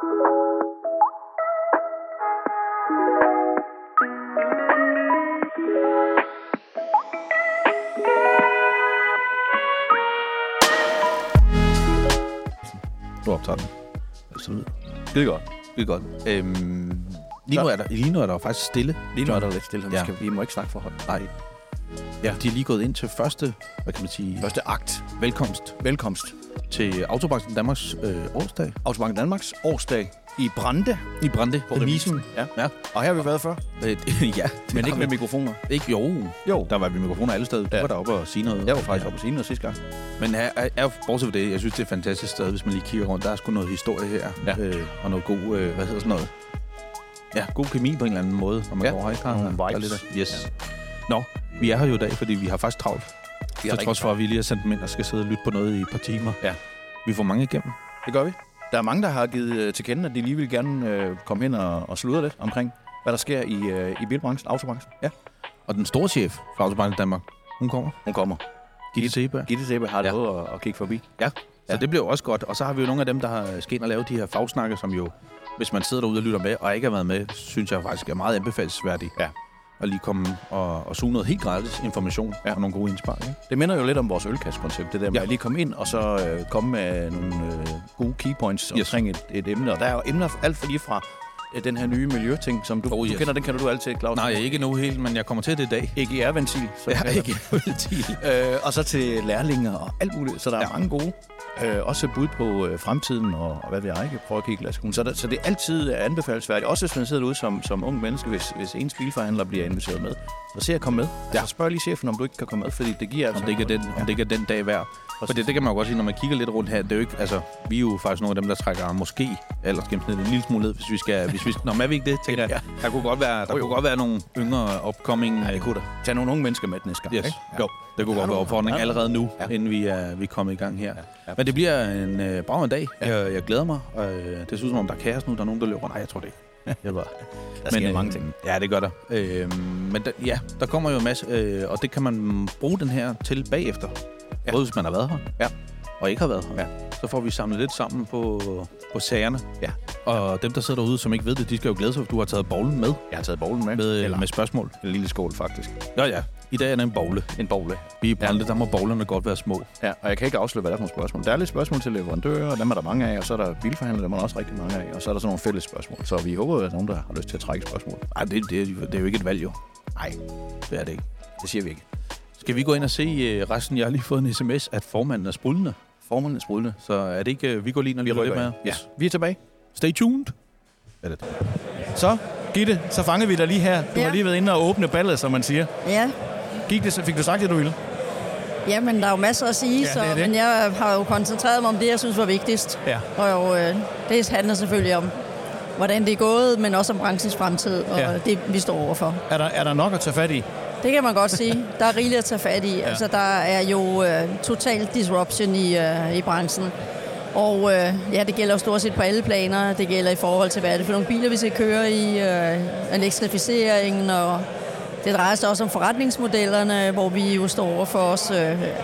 Du optager den. Skide godt. Skide godt. Lige nu er der faktisk stille. Lige nu er der lidt stille, så vi må ikke snakke for højt. Nej. Ja, de er lige gået ind til første, hvad kan man sige? Første akt. Velkomst til Autobanken Danmarks årsdag. Autobanken Danmarks årsdag i Brande. I Brande. På remisen. Ja. Og her har vi været før. Ja. Men ikke med mikrofoner. Ikke, jo. Der var vi mikrofoner alle steder. Du var deroppe og sige noget. Jeg var faktisk oppe og sige noget sidste gang. Men her er bortset fra det, jeg synes, det er et fantastisk sted, hvis man lige kigger rundt. Der er sgu noget historie her. Ja. Og noget god, hvad hedder sådan noget? Ja, god kemi på en eller anden måde, når man går her. Nogle vibes. Yes. Nå, vi er her jo i dag, fordi vi har faktisk travlt. Så trods for, at vi lige har sendt dem ind og skal sidde og lytte på noget i et par timer. Ja. Vi får mange igennem. Det gør vi. Der er mange, der har givet til kende, at de lige vil gerne komme hen og sludre lidt omkring, hvad der sker i bilbranchen, autobranchen. Ja. Og den store chef for Autobanken Danmark, hun kommer. Gitte Seberg har det prøvet at kigge forbi. Ja, så det bliver også godt. Og så har vi jo nogle af dem, der har sket at lave de her fagsnakke, som jo, hvis man sidder derude og lytter med, og ikke har været med, synes jeg faktisk er meget anbefalesværdigt. Ja. At lige komme og suge noget helt gratis information og nogle gode indspark. Ikke? Det minder jo lidt om vores ølkastkoncept, det der med at lige komme ind og så komme med nogle gode keypoints omkring et emne. Og der er jo emner alt for lige fra den her nye miljøting, som du kender, den kender du altid, Claus. Nej, ikke nu helt, men jeg kommer til det i dag. EGR-ventil. EGR-ventil. Og så til lærlinger og alt muligt. Så der er mange gode. Også bud på fremtiden og hvad ved jeg ikke. Prøv at kigge glaskuglen. Så det er altid anbefalesværdigt. Også hvis man sidder ude som ung menneske, hvis ens bilforhandler bliver inviteret med. Så se at komme med. Så spørg lige chefen, om du ikke kan komme med, fordi det giver altså... Om det ikke er den dag værd. For det kan man jo godt sige, når man kigger lidt rundt her. Det er jo ikke, altså, vi er jo faktisk nogle af dem, der trækker måske aldersgennemsnittet en lille smule ned, hvis vi skal... Nå, men er vi ikke det, tænker jeg. Der kunne godt være nogle yngre upcoming... Ja, det kunne der. Tag nogle unge mennesker med næste gang, ikke? Jo, det kunne godt være opfordring allerede nu, inden vi er kommet i gang her. Ja. Men det bliver en bragende dag. Jeg glæder mig. Det synes som om, der er kaos nu. Der er nogen, der løber. Nej, jeg tror det ikke. Der sker mange ting. Ja, det gør der. Men der kommer jo en masse, og det kan man bruge den her til bagefter. Ja. Både hvis man har været her, og ikke har været her. Ja. Så får vi samlet lidt sammen på sagerne. Ja. Og dem, der sidder derude, som ikke ved det, de skal jo glæde sig, at du har taget bowlen med. Jeg har taget bowlen med. Med spørgsmål. En lille skål, faktisk. Ja. I dag er der en bowle. En bowle. Vi er Brande, der må bowlerne godt være små. Ja, og jeg kan ikke afsløre, hvad der er for nogle spørgsmål. Der er lidt spørgsmål til leverandører, dem er der mange af, og så er der bilforhandlere, dem er der også rigtig mange af, og så er der sådan nogle fælles spørgsmål. Så vi håber, at der er nogen, der har lyst til at trække spørgsmål. Nej, det er jo ikke et valg, jo. Nej, det er det ikke. Det siger vi ikke. Skal vi gå ind og se resten? Jeg har lige fået en sms, at formanden er sprudlende. Formanden er sprudlende. Så er det ikke vi går lige, når vi rykker med? Ja, vi er tilbage. Stay tuned. Så, Gitte, så fangede vi dig lige her. Du har lige været inde og åbne ballet, som man siger. Ja. Fik du sagt det, du ville? Jamen, der er jo masser at sige, men jeg har jo koncentreret mig om det, jeg synes var vigtigst. Ja. Og det handler selvfølgelig om, hvordan det er gået, men også om branchens fremtid, og det, vi står overfor. Er der nok at tage fat i? Det kan man godt sige. Der er rigeligt at tage fat i. Ja. Altså, der er jo total disruption i branchen. Og det gælder jo stort set på alle planer. Det gælder i forhold til, hvad er det for nogle biler, vi skal køre i, elektrificeringen, og det drejer sig også om forretningsmodellerne, hvor vi jo står over for os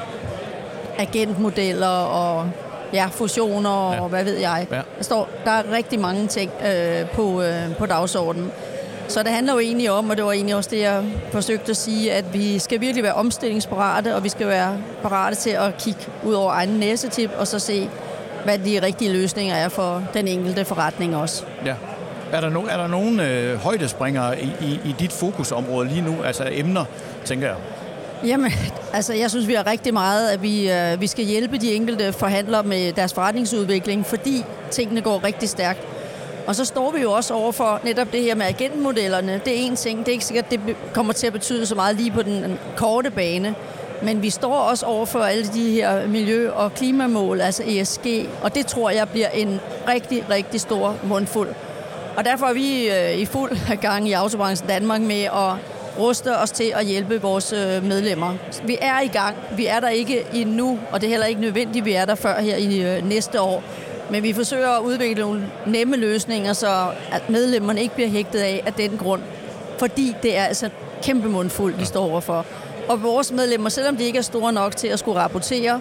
agentmodeller og fusioner og hvad ved jeg. Ja. Der er rigtig mange ting på dagsordenen. Så det handler jo egentlig om, og det var egentlig også det, jeg forsøgte at sige, at vi skal virkelig være omstillingsparate, og vi skal være parate til at kigge ud over egen næsetip, og så se, hvad de rigtige løsninger er for den enkelte forretning også. Ja. Er der nogen højdespringere i dit fokusområde lige nu? Altså emner, tænker jeg? Jamen, altså jeg synes, vi har rigtig meget, at vi skal hjælpe de enkelte forhandlere med deres forretningsudvikling, fordi tingene går rigtig stærkt. Og så står vi jo også over for netop det her med agentmodellerne. Det er en ting. Det er ikke sikkert, at det kommer til at betyde så meget lige på den korte bane. Men vi står også over for alle de her miljø- og klimamål, altså ESG. Og det tror jeg bliver en rigtig, rigtig stor mundfuld. Og derfor er vi i fuld gang i Autobranchen Danmark med at ruste os til at hjælpe vores medlemmer. Vi er i gang. Vi er der ikke endnu, og det er heller ikke nødvendigt, vi er der før her i næste år. Men vi forsøger at udvikle nogle nemme løsninger, så at medlemmerne ikke bliver hægtet af den grund. Fordi det er altså kæmpe mundfuld, vi står overfor. Og vores medlemmer, selvom de ikke er store nok til at skulle rapportere,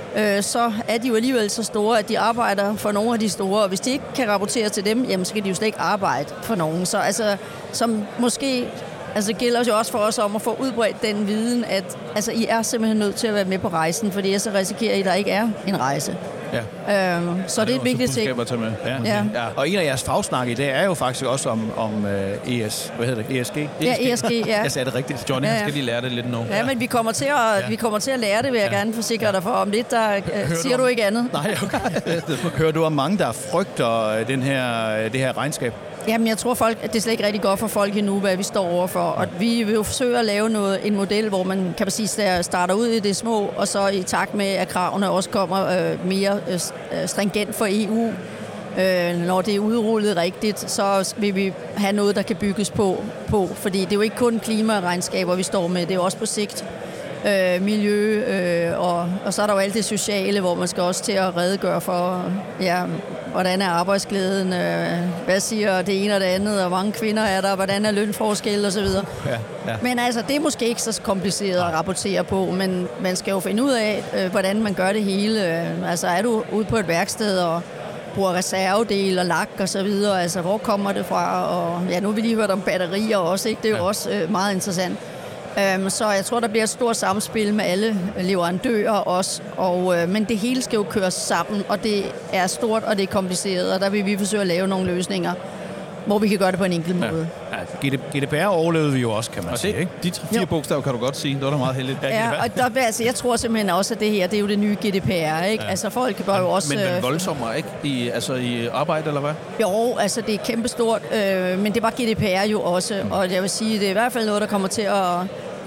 så er de jo alligevel så store, at de arbejder for nogle af de store, og hvis de ikke kan rapportere til dem, jamen så kan de jo slet ikke arbejde for nogen. Så altså, som måske gælder jo også for os om at få udbredt den viden, at I er simpelthen nødt til at være med på rejsen, fordi så risikerer I, at der ikke er en rejse. Ja. Så det er et vigtigt ting. At tage med. Ja. Og en af jeres fagsnak i dag er jo faktisk også om ESG. Ja, ESG, ja. Jeg sagde det rigtigt. Johnny, skal lige lære det lidt nu. Ja, men vi kommer til at lære det, vil jeg gerne forsikre dig for. Om lidt, der siger du ikke andet. Nej, okay. Hører du om mange, der frygter det her regnskab? Jamen, jeg tror, at det er slet ikke rigtig godt for folk endnu, hvad vi står overfor. Og vi vil jo forsøge at lave en model, hvor man kan sige, starter ud i det små, og så i takt med, at kravene også kommer mere stringent for EU. Når det er udrullet rigtigt, så vil vi have noget, der kan bygges på. Fordi det er jo ikke kun klimaregnskaber, vi står med. Det er også på sigt miljø, og så er der jo alt det sociale, hvor man skal også til at redegøre for, hvordan er arbejdsglæden, hvad siger det ene og det andet, og hvor mange kvinder er der, hvordan er lønforskel og så videre. Ja. Men altså, det er måske ikke så kompliceret at rapportere på, men man skal jo finde ud af, hvordan man gør det hele. Altså, er du ude på et værksted og bruger reservedel og lak og så videre, altså, hvor kommer det fra? Og ja, nu har vi lige hørt om batterier også, ikke? Det er jo også meget interessant. Så jeg tror, der bliver et stort samspil med alle leverandører også, men det hele skal jo køres sammen, og det er stort, og det er kompliceret, og der vil vi forsøge at lave nogle løsninger, hvor vi kan gøre det på en enkelt måde. Ja, GDPR overlevede vi jo også, kan man sige, ikke? De 4 bogstaver kan du godt sige, det var da meget heldigt. Ja, og jeg tror simpelthen også, at det her, det er jo det nye GDPR, ikke? Ja. Altså folk bør jo også... Men voldsommere, ikke? I arbejde, eller hvad? Jo, altså det er kæmpestort, men det var GDPR jo også, og jeg vil sige, det er i hvert fald noget, der kommer til at...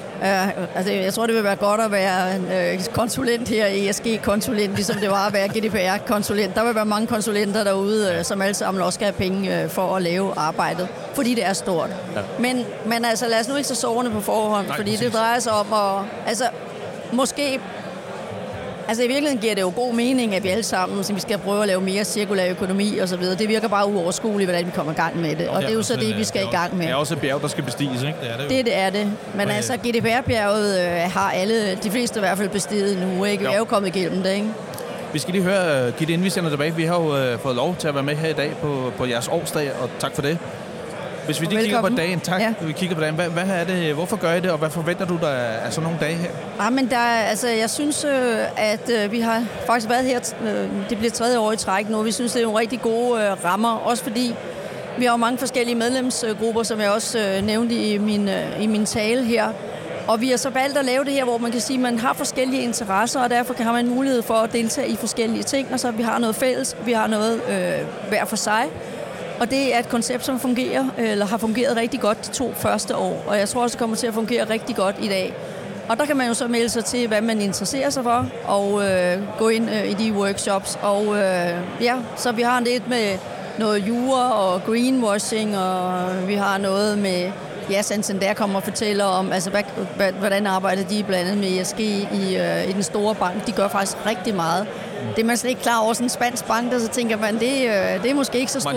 jeg tror, det vil være godt at være konsulent her, ESG-konsulent, ligesom det var at være GDPR-konsulent. Der vil være mange konsulenter derude, som alle sammen også skal have penge for at lave arbejdet, fordi det er stort. Ja. Men altså, lad os nu ikke så sårene på forhånd, fordi det drejer sig om at... måske... Altså i virkeligheden giver det jo god mening, at vi alle sammen, så vi skal prøve at lave mere cirkulær økonomi og så videre. Det virker bare uoverskueligt, hvordan vi kommer i gang med det. Og det er jo så det, vi skal i gang med. Det er også et bjerg, der skal bestiges, ikke? Det er det. Men altså GDPR-bjerget har de fleste i hvert fald bestiget nu, ikke? Vi er jo kommet igennem det, ikke? Vi skal lige høre, Gitte, inden vi sender tilbage. Vi har jo fået lov til at være med her i dag på jeres årsdag, og tak for det. Hvis vi lige kigger på dagen, vi kigger på dagen. Hvad er det? Hvorfor gør I det, og hvad forventer du der af sådan nogle dage her? Ja, men jeg synes, at vi har faktisk været her. Det bliver 3. år i træk nu. Vi synes, det er nogle rigtig gode rammer, også fordi vi har jo mange forskellige medlemsgrupper, som jeg også nævnte i min tale her. Og vi har så valgt at lave det her, hvor man kan sige, at man har forskellige interesser, og derfor har man mulighed for at deltage i forskellige ting. Og så vi har noget fælles, vi har noget hver for sig. Og det er et koncept, som fungerer, eller har fungeret rigtig godt de 2 første år. Og jeg tror også, det kommer til at fungere rigtig godt i dag. Og der kan man jo så melde sig til, hvad man interesserer sig for, og gå ind i de workshops. Og så vi har lidt med noget jura og greenwashing, og vi har noget med... Ja, Santander kommer og fortæller om, altså, hvordan arbejder de blandt andet med ESG i den store bank. De gør faktisk rigtig meget. Det er man slet ikke klar over, sådan en spansk bank, der så tænker man, det er måske ikke så stort.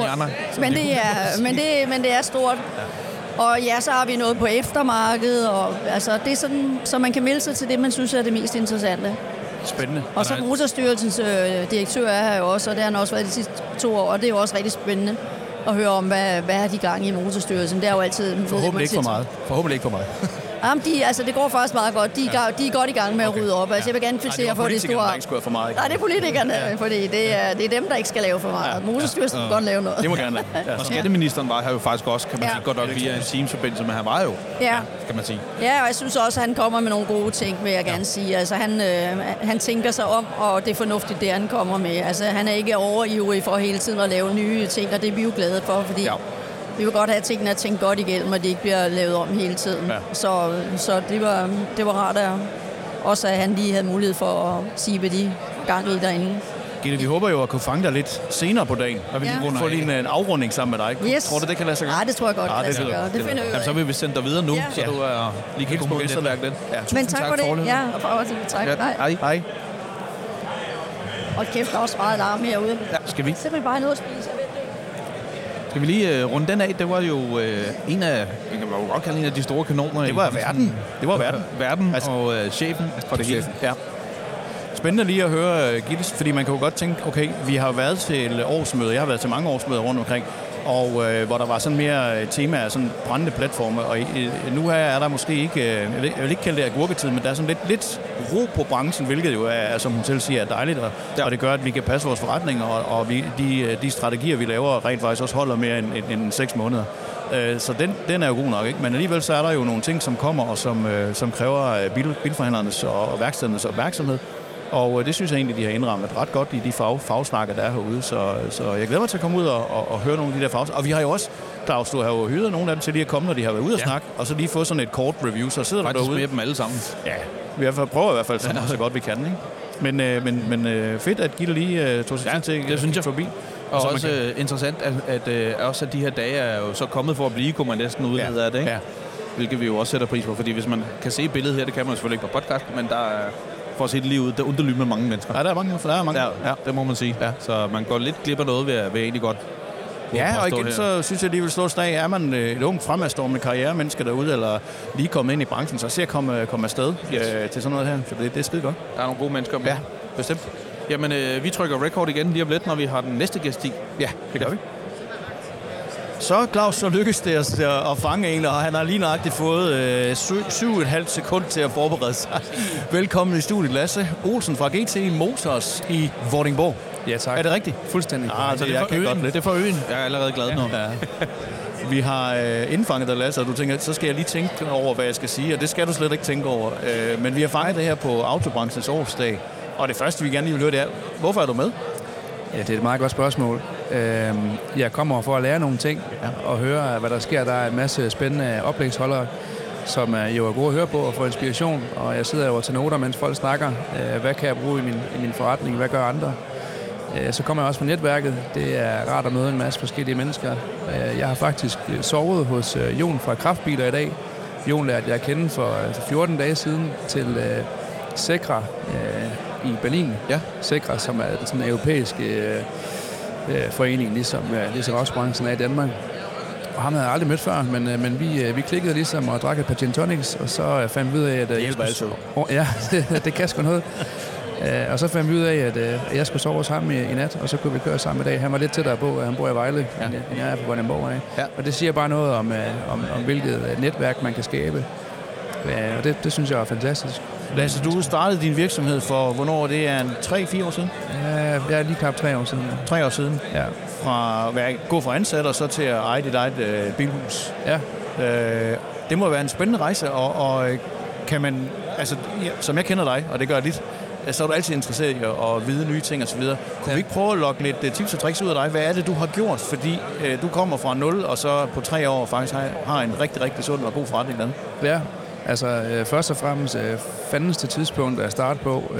Men det er stort. Og ja, så har vi noget på eftermarkedet, og altså, det er sådan, så man kan melde sig til det, man synes er det mest interessante. Spændende. Og så Motorstyrelsens direktør er her jo også, og det har han også været de sidste 2 år, og det er jo også rigtig spændende at høre om, hvad er de gang i Motorstyrelsen. Det er jo altid... Forhåbentlig ikke for meget. Jamen, det går faktisk meget godt. De er godt i gang med at rydde op. Altså, jeg vil gerne kvittere for det store... politikerne, der ikke skulle have for meget. Nej, det er politikerne, fordi det er dem, der ikke skal lave for meget. Motorstyrelsen kan godt lave noget. Det må gerne lave. Og skatteministeren var her jo faktisk også, kan man sige, godt nok via en Teams-forbindelse, men han var jo, kan man sige. Ja, og jeg synes også, at han kommer med nogle gode ting, vil jeg gerne sige. Altså, han tænker sig om, og det er fornuftigt, det han kommer med. Altså, han er ikke overivrig for hele tiden at lave nye ting, og det er vi jo glade for, fordi... Vi vil godt have, at tingene er tænkt godt igennem, og det ikke bliver lavet om hele tiden. Ja. Så det var rart, at også at han lige havde mulighed for at sige, hvad de gang i derinde. Gitte, vi håber jo at kunne fange dig lidt senere på dagen, og vi får lige en afrunding sammen med dig. Yes. Tror du, det kan lade sig gøre? Nej, det tror jeg godt, det finder jeg ud af. Så vil vi sende dig videre nu, så du er lige kan komme på netværk lidt. Men tak for det. Ja, og for også tak. Hej. Og kæft, der er også meget larm herude. Ja, skal vi? Simpelthen bare noget at spise. Skal vi lige runde den af? Det var jo en af de store kanoner. Det var verden. Verden altså, og chefen for det hele. Ja. spændende lige at høre, Gilles, fordi man kan jo godt tænke, okay, vi har været til årsmøder, jeg har været til mange årsmøder rundt omkring, og hvor der var sådan mere temaer, sådan brændende platforme, og nu her er der måske ikke, jeg vil ikke kalde det agurketid, men der er sådan lidt ro på branchen, hvilket jo er, som hun selv siger, er dejligt, og det gør, at vi kan passe vores forretninger, og de strategier, vi laver, rent faktisk også holder mere end 6 måneder. Så den er jo god nok, ikke? Men alligevel så er der jo nogle ting, som kommer, og som kræver bilforhandlernes og værkstedernes opmærksomhed. Og det synes jeg egentlig, de har indrammet ret godt i de fagsnakker, der er herude. Så jeg glæder mig til at komme ud og høre nogle af de der fagsnakker. Og vi har jo også, Claus, du har jo hyret nogle af dem til lige at komme, når de har været ude og snakke, og så lige få sådan et kort review, så sidder faktisk du derude. Med dem alle sammen. Ja, vi prøver i hvert fald så godt vi kan, ikke? Men fedt, at Gilles lige tog sig tid til det synes jeg forbi. Og også interessant, at de her dage er jo så kommet for at blive, kunne man næsten udlede af det, ikke? Ja. Hvilket vi jo også sætter pris på, fordi hvis man kan se billedet her, det kan man selvfølgelig ikke på podcast, men der er, for at se det lige ud, der underlyder med mange mennesker. Ja, der er mange. Ja, det må man sige. Ja. Så man går lidt glip af noget ved egentlig godt. Ja, og igen, så synes jeg lige vil slå slag. Er man et ungt fremadstormende karrieremenneske derude, eller lige kommet ind i branchen, så se at komme afsted til sådan noget her. For det er skide godt. Der er nogle gode mennesker med. Ja, bestemt. Jamen, vi trykker record igen lige om lidt, når vi har den næste gæst i. Ja, det gør vi. Så, Claus, så lykkes det at fange en, og han har lige nøjagtigt fået 7,5 sekunder til at forberede sig. Velkommen i studiet, Lasse Olsen fra GT Motors i Vordingborg. Ja, tak. Er det rigtigt? Fuldstændig. Altså, det er for øen. Jeg er allerede glad nu. Ja. Vi har indfanget dig, Lasse, og du tænker, så skal jeg lige tænke over, hvad jeg skal sige, og det skal du slet ikke tænke over. Men vi har fanget det her på Autobranchens årsdag, og det første, vi gerne lige vil høre, det er, hvorfor er du med? Ja, det er et meget godt spørgsmål. Jeg kommer for at lære nogle ting og høre, hvad der sker. Der er en masse spændende oplægsholdere, som jo er gode at høre på og få inspiration. Og jeg sidder jo til noter, mens folk snakker. Hvad kan jeg bruge i min forretning? Hvad gør andre? Så kommer jeg også med netværket. Det er rart at møde en masse forskellige mennesker. Jeg har faktisk sovet hos Jon fra Kraftbiler i dag. Jon lærte jeg at kende for 14 dage siden til Sekra i Berlin. Ja. Sekra, som er sådan en europæisk forening, ligesom autobranchen er i Danmark. Og ham havde jeg aldrig mødt før, men vi klikkede ligesom og drak et par gin tonics, og så fandt vi ud af, at... Det hjælper altid. Ja, det kan sgu noget. Og så fandt vi ud af, at jeg skulle sove hos ham i nat, og så kunne vi køre samme dag. Han var lidt tættere på, at han bor i Vejle, end jeg er på Vordingborg. Ja. Og det siger bare noget om hvilket netværk man kan skabe. Og det synes jeg er fantastisk. Lasse, du startede din virksomhed for, hvornår det er 3-4 år siden? Ja, jeg er lige knap 3 år siden. 3 år siden? Ja. Fra at gå fra ansat og så til at eje dit eget bilhus. Ja. Det må være en spændende rejse, og kan man, altså som jeg kender dig, og det gør jeg lidt, så er du altid interesseret i at vide nye ting osv. Kunne vi ikke prøve at lokke lidt tips og tricks ud af dig? Hvad er det, du har gjort? Fordi du kommer fra 0, og så på 3 år faktisk har en rigtig, rigtig sund og god forretning dernede. Ja. Altså, først og fremmest fandens til tidspunkt at starte på.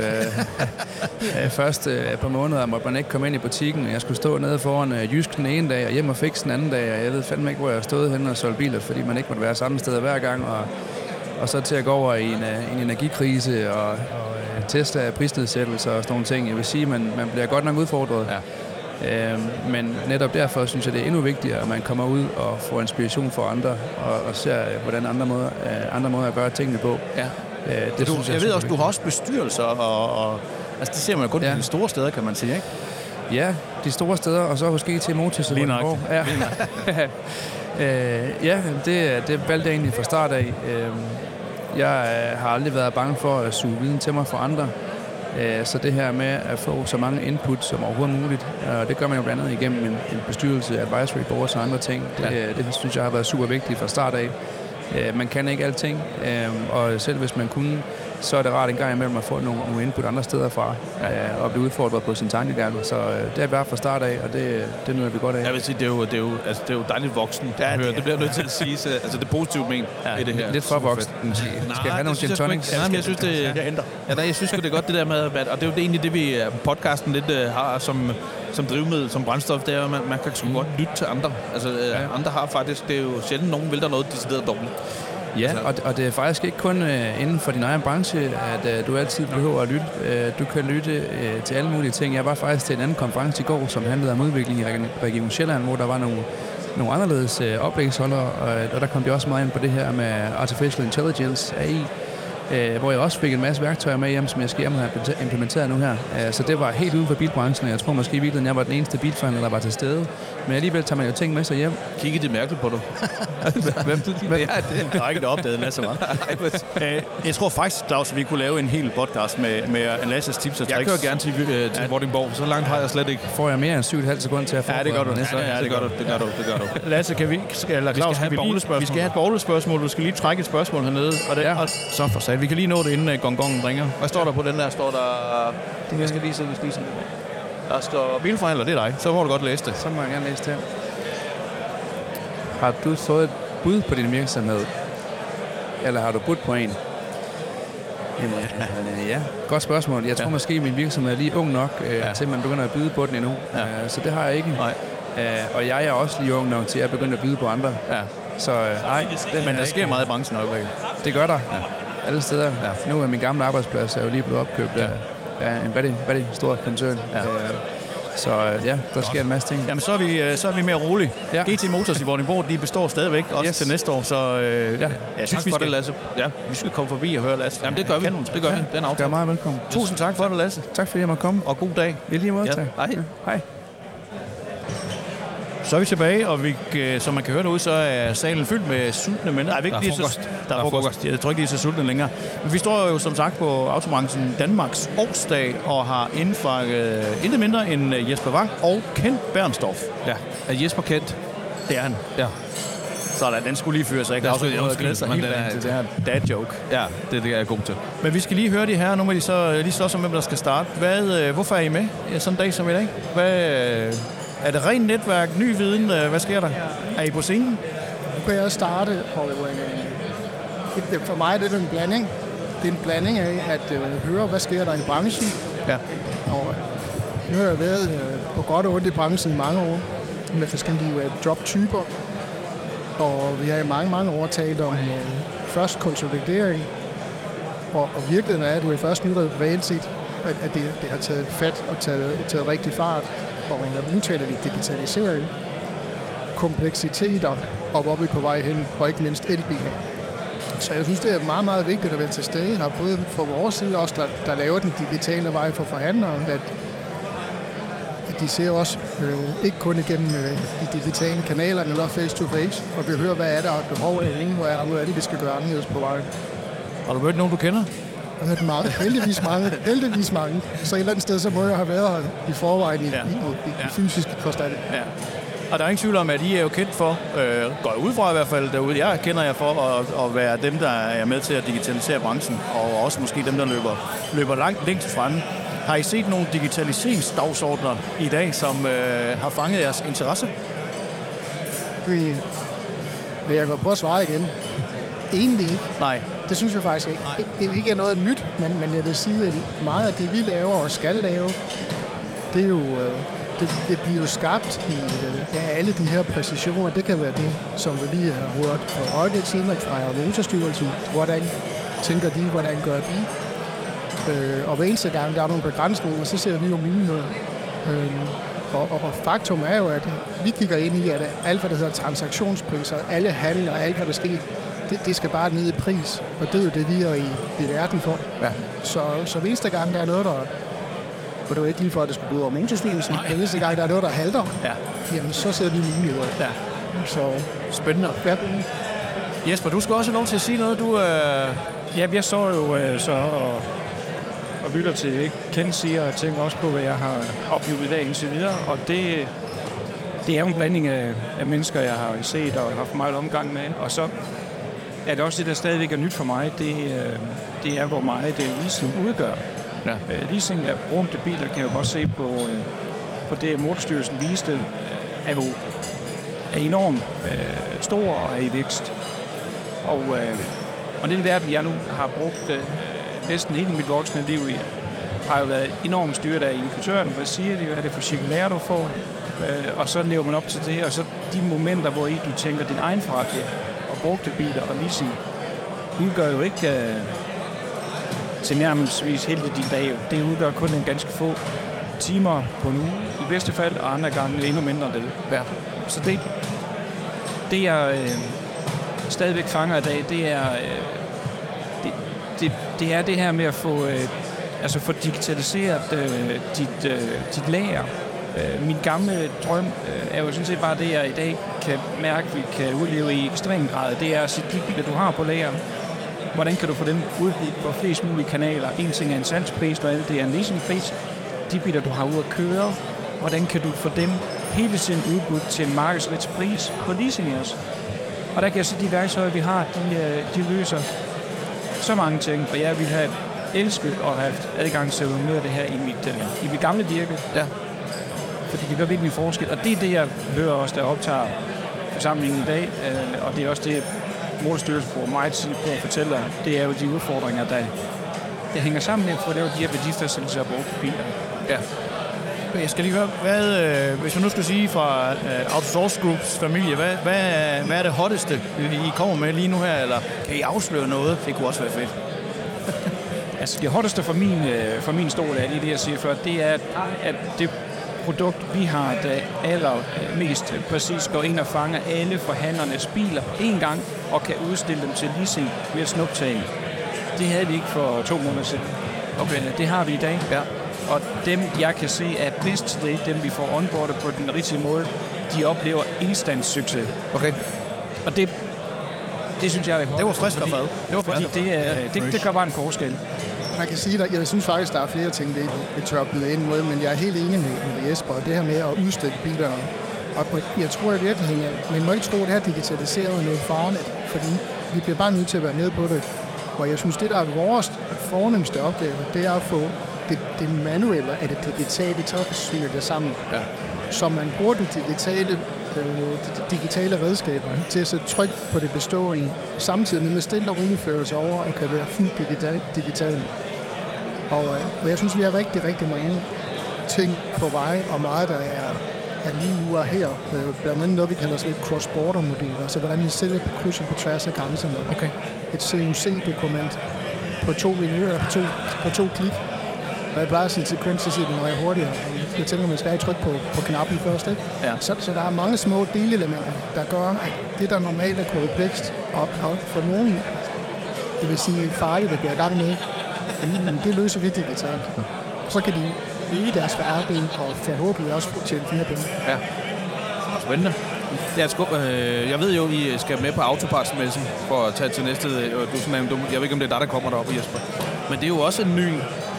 Først et par måneder måtte man ikke komme ind i butikken. Jeg skulle stå nede foran Jysk den ene dag og hjem og fikse den anden dag. Og jeg ved fandme ikke, hvor jeg stod henne og solgte biler, fordi man ikke måtte være samme sted hver gang. Og så til at gå over i en energikrise og teste af prisnedsættelser og sådan nogle ting. Jeg vil sige, at man bliver godt nok udfordret. Ja. Men netop derfor synes jeg, det er endnu vigtigere, at man kommer ud og får inspiration for andre og ser, hvordan andre måder at gøre tingene på. Ja. Det synes jeg ved også, du har også bestyrelser, og altså, det ser man jo kun de store steder, kan man sige, ikke? Ja, de store steder, og så hos GT Motors. Lige nok. Ja, det valgte jeg egentlig fra start af. Jeg har aldrig været bange for at suge viden til mig fra andre. Så det her med at få så mange input som overhovedet muligt, det gør man jo blandt andet igennem en bestyrelse, advisory boards og andre ting. Det synes jeg har været super vigtigt fra start af. Man kan ikke alting, og selv hvis man kunne, så er det rart en gang imellem at få nogle input andre steder fra, og blive udfordret på sin tankegang. Så det er bare fra start af, og det nyder vi godt af. Jeg vil sige, det er jo dejligt voksen. Ja, det bliver nødt til at sige, så, altså det positive men i det her. Lidt for voksen. Skal jeg have nogle gin tonics? Nej, jeg synes, jeg synes det er godt det der med, og det er jo egentlig det, vi podcasten lidt har som drivmiddel, som brændstof, det er, at man kan sgu godt lytte til andre. Altså, andre har faktisk, det er jo sjældent, nogen vil der noget decideret dårligt. Ja, og det er faktisk ikke kun inden for din egen branche, at du altid behøver at lytte. Du kan lytte til alle mulige ting. Jeg var faktisk til en anden konference i går, som handlede om udvikling i Region Sjælland, hvor der var nogle anderledes oplægsholdere, og der kom de også meget ind på det her med Artificial Intelligence, AI. hvor jeg også fik en masse værktøjer med hjem, som jeg skal hjem have implementeret nu her. Så det var helt uden for bilbranchen, og jeg tror måske i virkeligheden, jeg var den eneste bilforhandler, der var til stede. Men alligevel tager man jo ting med sig hjem. Kiggede det mærkeligt på dig? Hvem? Der er ikke det opdaget, Lasse, var. Jeg tror faktisk, Claus, vi kunne lave en hel podcast med Lasses tips og tricks. Jeg kører gerne til Vordingborg, så langt har jeg slet ikke. Får jeg mere end 7,5 sekunder til at Ja, det gør du. Det gør du. Lasse, Claus, vi skal have et boglespørgsmål. Du skal lige trække et spørgsmål hernede. Og så for sat. Vi kan lige nå det, inden gongongen ringer. Hvad står der på den der? Står der... Jeg skal lige se. Der står bilforhandler, det er dig. Så må du godt læse det. Så må jeg gerne læse det. Har du fået et bud på din virksomhed? Eller har du budt på en? Ja, godt spørgsmål. Jeg tror måske, at min virksomhed er lige ung nok, til man begynder at byde på den endnu. Så det har jeg ikke. Nej. Og jeg er også lige ung nok til at begynde at byde på andre. Ja. Så nej. Men der sker meget i branchen øjeblikket. Det gør der. Alle steder. Ja. Nu er min gamle arbejdsplads jo lige blevet opkøbt af en rigtig stor koncern. Ja. Så der sker en masse ting. Jamen, så er vi mere rolige. Ja. GT Motors i Vordingborg, de består stadigvæk, også til næste år. Så jeg synes, vi skal, Lasse. Ja, vi skal komme forbi og høre Lasse. Jamen, det gør vi. Det gør vi. Den aftale. Gør meget velkommen. Tusind tak for det, Lasse. Tak fordi jeg måtte komme. Og god dag. I lige måde. Ja. Hej. Så er vi tilbage, og som man kan høre derude, så er salen fyldt med sultne mennesker. Der er frokost. Jeg tror ikke, de er så sultne længere. Men vi står jo som sagt på Autobranchen Danmarks årsdag og har indfanget intet mindre end Jesper Wang og Kent Bernstorff. Ja, er Jesper kendt? Det er han. Ja. Sådan, den skulle lige føre sig. Ikke? Der er også noget at glæde sig helt til det her dad joke. Ja, det er jeg god til. Men vi skal lige høre de her. Nu må de så lige slås om, hvem der skal starte. Hvorfor er I med sådan en dag som i dag? Er det rent netværk, ny viden? Hvad sker der? Er I på scenen? Nu kan jeg starte, og for mig er det en blanding. Det er en blanding af at høre, hvad sker der i branchen. Ja. Og nu har jeg været på godt og ondt i branchen i mange år, med forskellige jobtyper. Og vi har i mange år talt om først konsolidering, og virkeligheden er, at du er først nu, der reelt set, at det har taget fat og taget rigtig fart. Og nu taler vi digitalisering, kompleksiteter, og hvor vi er på vej hen, og ikke mindst elbiler. Så jeg synes, det er meget vigtigt at være til stede her, både fra vores side, også der laver den digitale vej for forhandlere, at de ser også ikke kun igennem de digitale kanaler eller face-to-face, og vi hører, hvad er der behov af, hvor er det, vi skal gøre anderledes på vejen. Har du mødt nogen, du kender? Jeg har meget. Heldigvis mange. Så et eller andet sted, så må jeg have været her i forvejen i fysisk forstand. Ja. Og der er ingen tvivl om, at I er jo kendt for, går jeg ud fra i hvert fald derude, jeg kender jer for at være dem, der er med til at digitalisere branchen, og også måske dem, der løber længst fremme. Har I set nogle digitaliseringsdagsordner i dag, som har fanget jeres interesse? Vil jeg gå på at svare igen? Egentlig ikke. Nej. Det synes jeg faktisk ikke. Det er ikke noget nyt, men jeg vil sige, at meget af det, vi laver og skal lave, det er jo... Det bliver jo skabt i alle de her præcisioner. Det kan være det, som vi lige har hørt fra Øjeblikssiden fra Motorstyrelsen. Hvordan tænker de? Hvordan gør de? Og hver eneste gang, der er nogle begrænsninger, så ser vi jo muligheder. Og faktum er jo, at vi kigger ind i, at alt, hvad der hedder transaktionspriser, alle handler, alt, hvad der sker, det skal bare ned i pris. Og det er jo det, vi er i verden for. Ja. Så hver eneste gang, der er noget, der... For det var ikke lige for, at det skulle gå over Motorstyrelsen. Men næste gang, der er noget, der halter, jamen, så ser vi muligheder. Ja. Så spændende. Ja. Jesper, du skal også have lov til at sige noget. Ja, jeg så jo og lytter til, ikke? Kent siger, og tænker også på, hvad jeg har oplevet i dag indtil videre. Og det er jo en blanding af mennesker, jeg har set og haft meget omgang med. Og så er det også det, der stadigvæk er nyt for mig. Det er, hvor meget det leasing udgør. Ja. Leasing af brugte biler, kan jeg jo godt se på det, Motorstyrelsen viste, er jo enormt stor og er i vækst. Og den verden, jeg nu har brugt næsten hele mit voksne liv i, har jo været enormt styret af importøren. Hvad siger de? Hvad er det for cirkulære, du får? Og så lever man op til det. Og så de momenter, hvor du tænker, din egen forretning og brugte biler og leasing udgør jo ikke... til nærmest hele din dag. Det udgør kun en ganske få timer på en uge, i bedste fald, og andre gange endnu mindre end det. Så det jeg stadigvæk fanger i dag, det er det er det her med at få digitaliseret dit lager. Min gamle drøm er jo sådan set bare det, jeg i dag kan mærke, vi kan udleve i ekstrem grad. Det er at sige, de biler, du har på lageret, hvordan kan du få dem udbudt på flest mulige kanaler? En ting er en salgspris, og alt det er en leasingpris. De biler, du har ude at køre, hvordan kan du få dem hele tiden udbudt til en markedsrets pris på leasing også? Og der kan jeg sige, at de værktøjer, vi har, de løser så mange ting, for jeg ville have elsket at have adgang til noget af det her i mit gamle virke. Ja. Fordi det gør virkelig en forskel, og det er det, jeg hører også, der optager forsamlingen i dag, og det er også det, Motorstyrelsen bruger meget tid på at fortælle, det er jo de udfordringer, der hænger sammen med, for at lave de her værdifastsættelser på bilerne. Ja. Jeg skal lige høre, hvis man nu skal sige fra Autosource Groups familie, hvad er det hotteste, I kommer med lige nu her, eller kan I afsløre noget? Det kunne også være fedt. Altså det hotteste for min stol er lige det, jeg siger før, det er, at det produkt, vi har, der allermest præcis går ind og fanger alle forhandlernes biler en gang, og kan udstille dem til leasing ved at snuptage. Det havde vi ikke for 2 måneder siden. Okay. Det har vi i dag. Ja. Og dem, jeg kan se, er bedst til det, dem vi får onboardet på den rigtige måde, de oplever instant succes. Okay. Og det synes jeg er det var frisk og fad. Fordi det gør bare en forskel. Man kan sige, at jeg synes faktisk, der er flere ting, vi tør byde ind mod, men jeg er helt enig med Jesper, det her med at udstille biler. Og jeg tror i virkeligheden, man må ikke tro, at det her digitaliseret noget farligt, fordi vi bliver bare nødt til at være nede på det. Og jeg synes, det der er vores fornemmeste opgave, det er at få det manuelle af det digitale til at syge det sammen. Ja. Så man bruger det digitale redskaber til at sætte tryk på det bestående, samtidig med stille og roligt fører sig over og kan være fuldt digitalt. Og jeg synes, vi har rigtig, rigtig mange ting på vej, og meget, der er lige nu og her. Blandt andet noget, vi kalder sådan et cross-border-modeller, altså hvordan vi sælger på kryds og på tværs af grænserne. Okay. Et CUC-dokument på 2 minutter, på 2 klik. Og jeg plejer at sige til kunden, så siger den meget hurtigere. Jeg tænker, at man skal trykke på knappen først. Ikke? Ja. Så der er mange små delelementer, der gør, at det, der normalt er komplekst, og for nogen, det vil sige farligt, der bliver gang med, men det løser vi digitalt. Så kan de øge deres forretning, og forhåbentlig også tjene flere penge. Ja. Spændende. Jeg ved jo, I skal med på Autopartsmessen for at tage til næste. Jeg ved ikke, om det er der kommer derop, Jesper. Men det er jo også en ny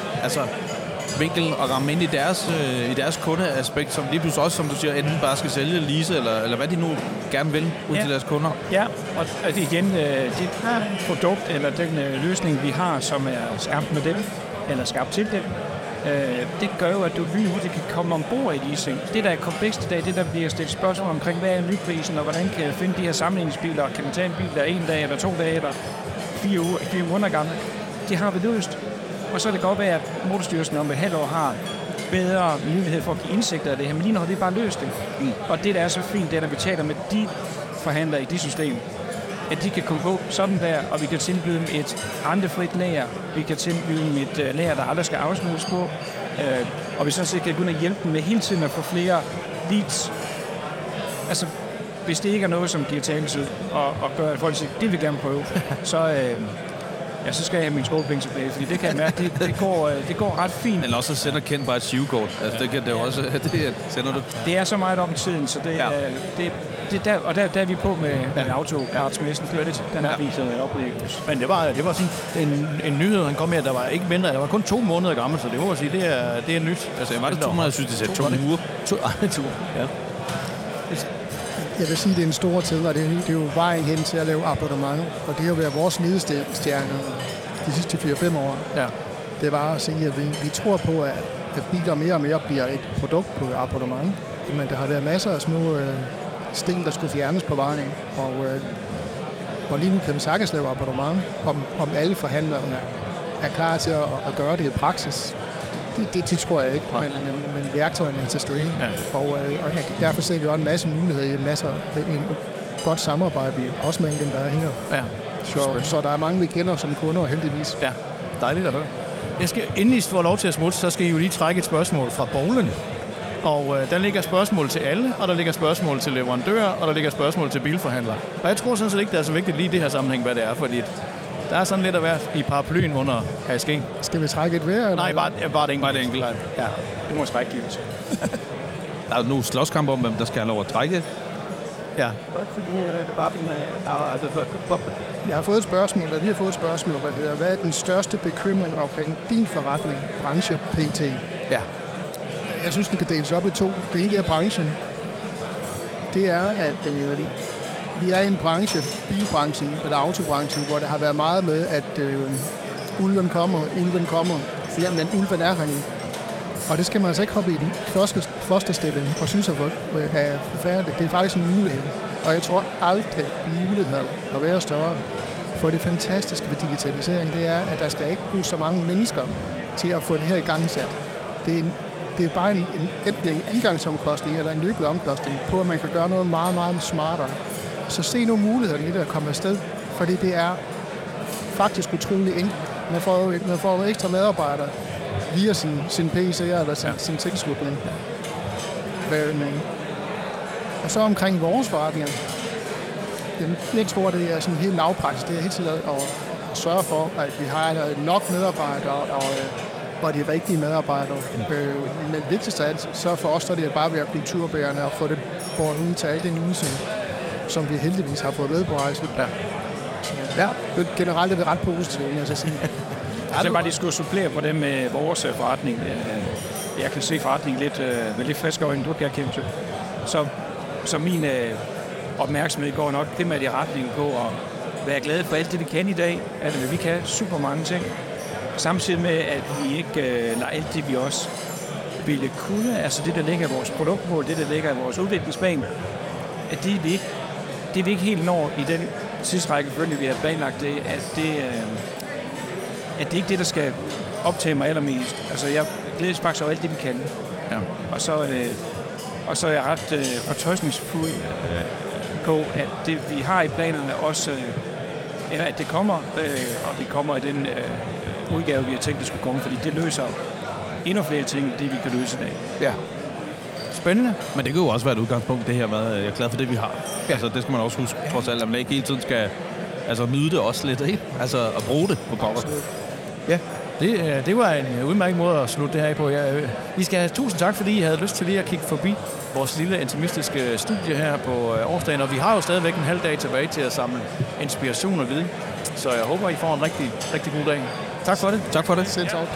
vinkel at ramme ind i deres kundeaspekt, som lige pludselig også, som du siger, enten bare skal sælge, lease, eller hvad de nu gerne vil ud til deres kunder. Ja, og igen, det produkt eller den løsning, vi har, som er skabt med dem, eller skabt til dem, det gør jo, at du lynhurtigt kan komme ombord i leasing. Det, der er komplekst i dag, det der bliver stillet spørgsmål omkring, hvad er nyprisen, og hvordan kan jeg finde de her sammenligningsbiler, kan man tage en bil, der er 1 dag, eller 2 dage, eller 4 måneder gammel. Det har vi løst. Og så er det godt være, at Motorstyrelsen om et halvt år har bedre mulighed for at give indsigter af det her, men lige nu har det bare løst det. Og det, der er så fint, det er, når vi taler med de forhandlere i de system, at de kan komme på sådan der, og vi kan tilbyde dem et rentefrit lager, vi kan tilbyde dem et lager, der aldrig skal afsluttes på, og vi sådan set kan gå ind og hjælpe dem med hele tiden at få flere leads. Altså, hvis det ikke er noget, som giver taletid, og gør, at folk siger, det vil vi gerne prøve, så skal jeg have min skolepenge tilbage, fordi det kan jeg mærke, det går ret fint. Eller også sender Kent bare et shivekort. Altså, det kan det også, det sender du. Det er så meget om tiden, så det der, og der er vi på med Autopartsmessen. Det var det, den her viser oplevelse. Men det var sådan en nyhed, han kom med, at der var ikke mindre, der var kun 2 måneder gammel, så det må jeg sige, det er nyt. Altså, var det 2 måneder, jeg synes, det sagde 2 uger? 2 uger, ja. Jeg vil sige, at det er en stor tid, og det er jo vejen hen til at lave abonnement. Og det har jo været vores ledestjerne de sidste 4-5 år. Ja. Det var at sige, at vi tror på, at biler mere og mere bliver et produkt på abonnement. Men der har været masser af små sten, der skulle fjernes på vejen. Og lige nu kan man sagtens lave abonnement, om alle forhandlerne er klar til at gøre det i praksis. Det tror jeg ikke, men værktøjerne er til stede. Ja. Og derfor ser vi også en masse muligheder i en godt samarbejde, også med dem, der er her. Ja. Så der er mange, vi kender som kunder, heldigvis. Ja, dejligt at høre. Inden I får lov til at smutte, så skal I jo lige trække et spørgsmål fra bowlen. Og der ligger spørgsmål til alle, og der ligger spørgsmål til leverandører, og der ligger spørgsmål til bilforhandlere. Og jeg tror sådan set ikke, det er så vigtigt lige i det her sammenhæng, hvad det er, fordi Der er sådan lidt at være i paraplyen under ASG. Skal vi trække et vejr? Nej, bare det enkelt. Bare det enkelt. Ja. Det må trække givet. Der er nu slåskamp om, hvem der skal have lov at trække. Ja. Jeg har fået et spørgsmål, eller vi har fået et spørgsmål, hvad er den største bekymring omkring din forretning, branche, PT? Ja. Jeg synes, den kan deles op i to. Det ene er branchen. Det er, at vi er i en branche, bilbranchen eller autobranchen, hvor der har været meget med, at ulven kommer. Jamen, ulven er herinde. Og det skal man altså ikke hoppe i den første stilling og synes, at er forfærdeligt. Det er faktisk en mulighed. Og jeg tror aldrig, at muligheden at være større. For det fantastiske ved digitalisering, det er, at der skal ikke bruge så mange mennesker til at få det her i gang sat. Det er bare en indgangsomkostning eller en løbende omkostning på, at man kan gøre noget meget, meget smartere. Så se nogle muligheder i det at komme afsted, fordi det er faktisk utrolig enkelt. Man får ekstra medarbejdere via sin PC eller sin tilslutning. Og så omkring vores forretninger. Jeg tror, det er sådan helt lavpraktisk. Det er helt tiden at sørge for, at vi har nok medarbejdere og de rigtige medarbejdere. Men vigtigst af alt, så for os så er det bare at være kulturbærende og få det båret ud til alt den ydelse, som vi heldigvis har fået med på rejsen. Ja, generelt er det ret positivt, jeg skal sige. Så bare lige skulle supplere på det med vores forretning. Jeg kan se forretningen med lidt friske øjne, du kan kæmpe til. Så min opmærksomhed går nok primært i retningen på at være glade for alt det, vi kan i dag. At vi kan super mange ting. Samtidig med, at vi ikke lader alt det, vi også ville kunne, altså det, der ligger i vores produktmål, det, der ligger i vores udviklingsplan, at det vi ikke helt når i den tidsrækkefølge, vi har planlagt det, at det ikke det, der skal optage mig allermest. Altså, jeg glæder faktisk over alt det, vi kan. Ja. Og så er jeg ret fortøjsningsfuld på, at det, vi har i planerne, også at det kommer, og det kommer i den udgave, vi har tænkt, det skulle komme, fordi det løser endnu flere ting, end det vi kan løse i dag. Ja. Spændende. Men det kan jo også være et udgangspunkt, det her med, jeg er glad for det, vi har. Ja. Altså, det skal man også huske, trods alt, at man ikke hele tiden skal nyde det også lidt, ikke? Altså, at bruge det på pokker. Ja, det var en udmærket måde at slutte det her på. Vi skal have tusind tak, fordi I havde lyst til lige at kigge forbi vores lille intimistiske studie her på årsdagen, og vi har jo stadigvæk en halv dag tilbage til at samle inspiration og viden. Så jeg håber, I får en rigtig, rigtig god dag. Tak for det. Tak for det. Selv tak.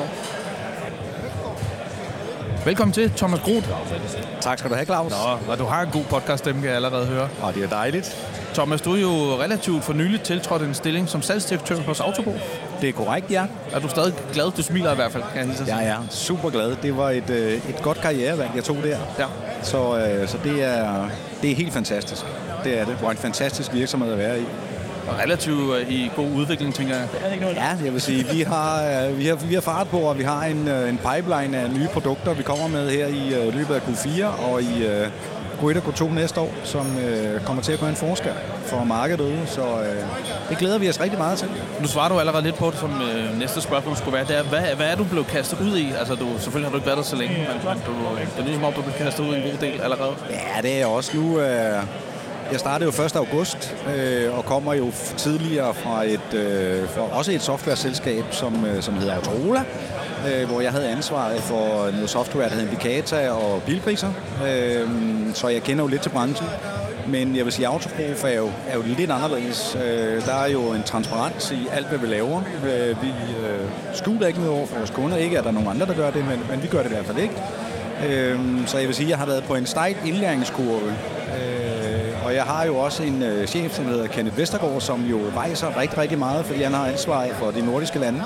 Velkommen til, Thomas Groth. Tak skal du have, Claus. Nå, og du har en god podcaststemme, kan jeg allerede høre. Og det er dejligt. Thomas, du er jo relativt for nyligt tiltrådt en stilling som salgsdirektør hos Autobo. Det er korrekt, ja. Er du stadig glad? Du smiler i hvert fald, kan jeg lige så sige. Jeg er super glad. Det var et godt karrierevalg, jeg tog der. Ja. Så det er helt fantastisk. Det er det. Det var en fantastisk virksomhed at være i. Og relativt i god udvikling, tænker jeg. Ja, jeg vil sige, vi har fart på, og vi har en pipeline af nye produkter, vi kommer med her i løbet af Q4 og i Q1 og Q2 næste år, som kommer til at gøre en forskel for markedet ude. Så det glæder vi os rigtig meget til. Nu svarer du allerede lidt på det, som næste spørgsmål skulle være. Det er, hvad er du blevet kastet ud i? Altså, selvfølgelig har du ikke været der så længe, men det er ligesom om, du blev kastet ud i en god del allerede. Ja, det er jeg også nu. Jeg startede jo 1. august og kommer jo tidligere fra også et softwareselskab, som hedder Autorola, hvor jeg havde ansvaret for noget software, der hedder Indicata og bilpriser. Så jeg kender jo lidt til branchen. Men jeg vil sige, at Autoprof er jo lidt anderledes. Der er jo en transparens i alt, hvad vi laver. Vi skjuler ikke noget over for vores kunder. Ikke at der er nogen andre, der gør det, men vi gør det i hvert fald ikke. Så jeg vil sige, at jeg har været på en stejl indlæringskurve. Og jeg har jo også en chef, som hedder Kenneth Vestergaard, som jo rejser rigtig, rigtig meget, fordi han har ansvar for de nordiske lande.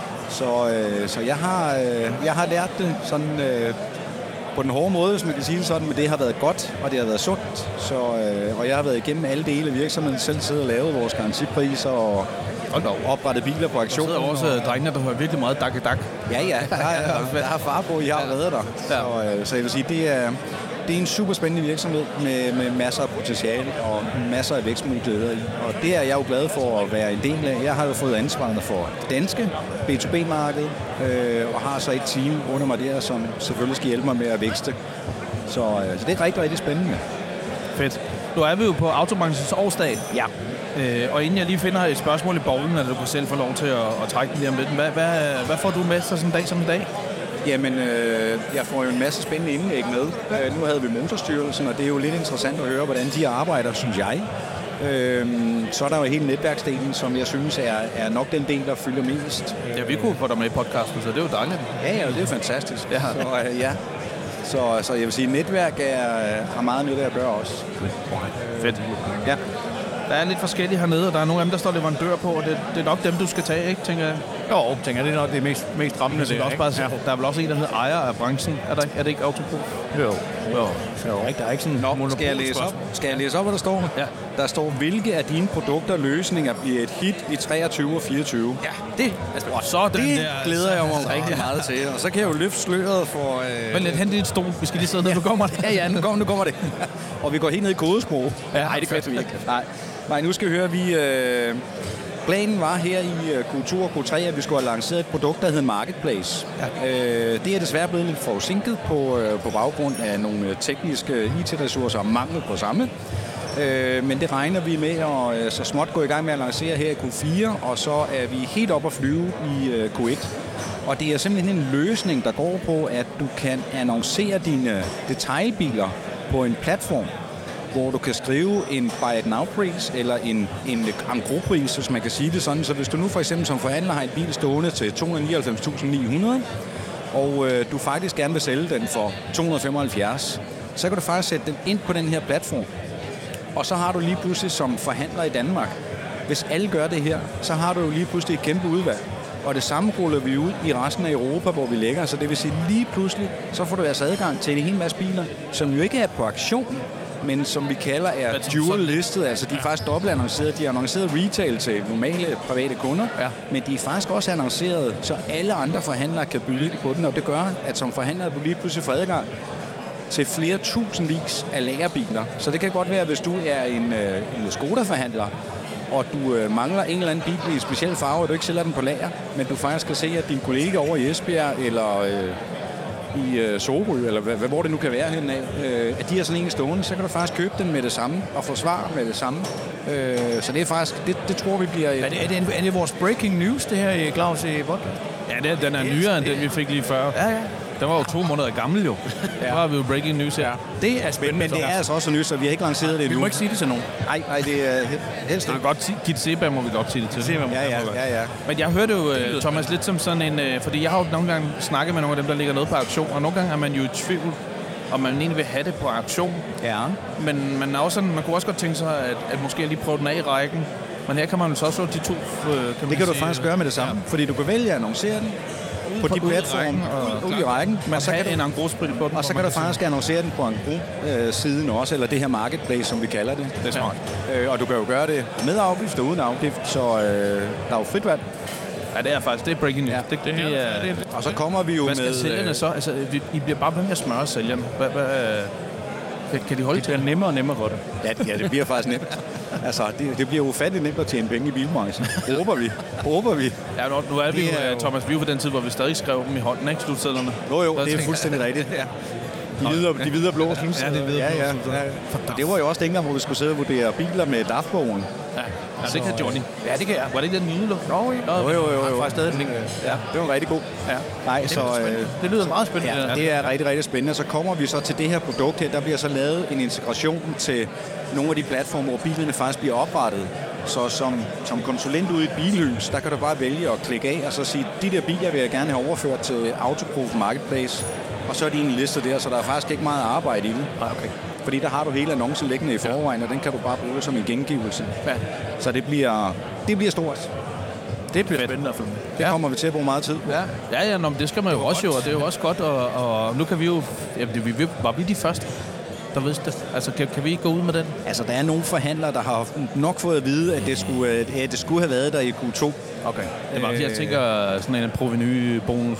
Så jeg har lært det sådan på den hårde måde, hvis man kan sige det sådan, men det har været godt, og det har været sundt. Og jeg har været igennem alle dele af virksomheden, selv siddet og lavet vores garantipriser og oprettet biler på aktion. Der sidder også drengene, der hører virkelig meget dak-dak. Ja, der har far på, I har reddet dig. Så jeg vil sige, det er en super spændende virksomhed med masser af potentiale og masser af vækstmuligheder i. Og det er jeg jo glad for at være en del af. Jeg har jo fået ansvaret for det danske B2B-marked, og har så et team under mig der, som selvfølgelig skal hjælpe mig med at vækste. Så det er rigtig, rigtig spændende. Fedt. Nu er vi jo på Autobranchens årsdag. Ja. Og inden jeg lige finder et spørgsmål i bowlen, eller du kan selv få lov til at trække den lige om lidt. Hvad får du med sådan en dag som i dag? Jamen, jeg får jo en masse spændende indlæg med. Nu havde vi Motorstyrelsen, og det er jo lidt interessant at høre, hvordan de arbejder, synes jeg. Så er der jo hele netværksdelen, som jeg synes er nok den del, der fylder mest. Ja, vi kunne få dig med i podcasten, så det er jo dejligt. Ja, det er jo fantastisk. Ja. Så jeg vil sige, at netværk har meget nyt at gøre også. Fedt. Ja. Der er lidt forskellige hernede, og der er nogle af dem, der står leverandør på, og det er nok dem, du skal tage, ikke, tænker jeg? Jo, tænker det er nok det mest rammende. Der er vel også en, der hedder ejer af branchen. Er det ikke Autopro? Jo. Der er ikke sådan Nå, skal jeg læse op, hvad der står? Ja. Der står, hvilke af dine produkter og løsninger bliver et hit i 23 og 24. Ja, det Glæder jeg mig rigtig meget til. Og så kan jeg jo løfte sløret for... Men lidt hente dit stol. Vi skal lige sidde ned, nu kommer det. Ja, nu kommer det. Og vi går helt ned i kodesprog. Ja, nej, det gør vi ikke. Nej, nu skal vi høre, planen var her i Q2 og Q3, at vi skulle have lanceret et produkt, der hedder Marketplace. Ja. Det er desværre blevet lidt forsinket på baggrund af nogle tekniske IT-ressourcer og mangel på samme. Men det regner vi med at så småt gå i gang med at lancere her i Q4, og så er vi helt op at flyve i Q1. Og det er simpelthen en løsning, der går på, at du kan annoncere dine detailbiler på en platform, hvor du kan skrive en buy it now pris eller en en gros pris, hvis man kan sige det sådan. Så hvis du nu for eksempel som forhandler har en bil stående til 299.900, og du faktisk gerne vil sælge den for 275, så kan du faktisk sætte den ind på den her platform. Og så har du lige pludselig som forhandler i Danmark, hvis alle gør det her, så har du jo lige pludselig et kæmpe udvalg. Og det samme ruller vi ud i resten af Europa, hvor vi ligger. Så det vil sige, lige pludselig, så får du altså adgang til en hel masse biler, som jo ikke er på auktion, men som vi kalder er dual listed, altså de er faktisk dobbelt annonceret. De er annonceret retail til normale private kunder, men de er faktisk også annonceret, så alle andre forhandlere kan byde på den, og det gør, at som forhandler du lige pludselig får adgang til flere tusindvis af lagerbiler. Så det kan godt være, hvis du er en Skoda-forhandler, og du mangler en eller anden bil i en speciel farve, og du ikke sælger den på lager, men du faktisk kan se, at din kollega over i Esbjerg, eller i Sorø, eller hvor det nu kan være henne af, at de har sådan en stående, så kan du faktisk købe den med det samme, og få svar med det samme. Så det er faktisk, det tror vi bliver... Er det vores breaking news, det her, Claus, i podcast? Ja, den er nyere end den, vi fik lige før. Ja. Den var jo 2 måneder gammel jo. Så har vi jo breaking news her. Det er spændende. Men det er altså også nyt, så vi har ikke lanceret det endnu. Vi må ikke sige det til nogen. Nej, det er helst ikke. Godt Kit Sebag må vi godt sige det til. Ja. Men jeg hørte jo, Thomas, lidt som sådan en... Fordi jeg har jo nogle gange snakket med nogle af dem, der ligger noget på auktion, og nogle gange er man jo i tvivl, om man egentlig vil have det på auktion. Ja. Men man kunne også godt tænke sig, at måske lige prøve den af i rækken. Men her kan man jo så slå de to... Det kan du faktisk gøre med det samme, fordi du kan vælge at annoncere den på de platforme ud i rækken. Man så kan en engrossprit på den. Og så kan du faktisk annoncere den på Engros-siden også, eller det her Marketplace, som vi kalder det. Det er smart. Og du kan jo gøre det med afgift og uden afgift, så der er jo frit valg. Ja, det er faktisk, det er breaking news. Ja, det er. Og så kommer vi jo med... Hvad skal sælgerne så? Altså, I bliver bare ved med at smøre sælgerne. Kan de holde til? Det bliver nemmere og nemmere for det. Ja, det bliver faktisk nemt. Altså, det bliver ufatteligt nemt at tjene penge i bilbranchen. Håber vi. Ja, nu er vi jo, Thomas, vi er jo på den tid, hvor vi stadig skrev dem i hånden, ikke? Slutsedlerne. Jo, det er fuldstændig rigtigt. Ja. De hvide og blå slutsedler. Ja, det er hvide og blå. Ja. Det var jo også dengang, hvor vi skulle sidde og vurdere biler med DAF-bogen. Ja, det kan Johnny. Ja, det kan jeg. Var det ikke den nye? Jo. Ja, det var rigtig god. Ja. Nej, så... Det lyder meget spændende. Ja, det er rigtig, rigtig spændende. Så kommer vi så til det her produkt her. Der bliver så lavet en integration til nogle af de platforme, hvor bilerne faktisk bliver oprettet. Så som konsulent ude i et bilhus, der kan du bare vælge at klikke af og så sige, de der biler vil jeg gerne have overført til Autopro Marketplace. Og så er de en liste der, så der er faktisk ikke meget arbejde i det. Okay. Fordi der har du hele annoncen liggende i forvejen, og den kan du bare bruge som en gengivelse. Ja. Så det bliver stort. Det bliver spændende at følge. Det kommer vi til at bruge meget tid på. Ja, det skal man jo også jo, og det er jo også godt, og nu kan vi jo... Var vi de første, der vidste det? Altså, kan vi ikke gå ud med den? Altså, der er nogle forhandlere, der har nok fået at vide, at det skulle have været der i Q2. Okay. Det var, jeg tænker sådan en proveny-bonus.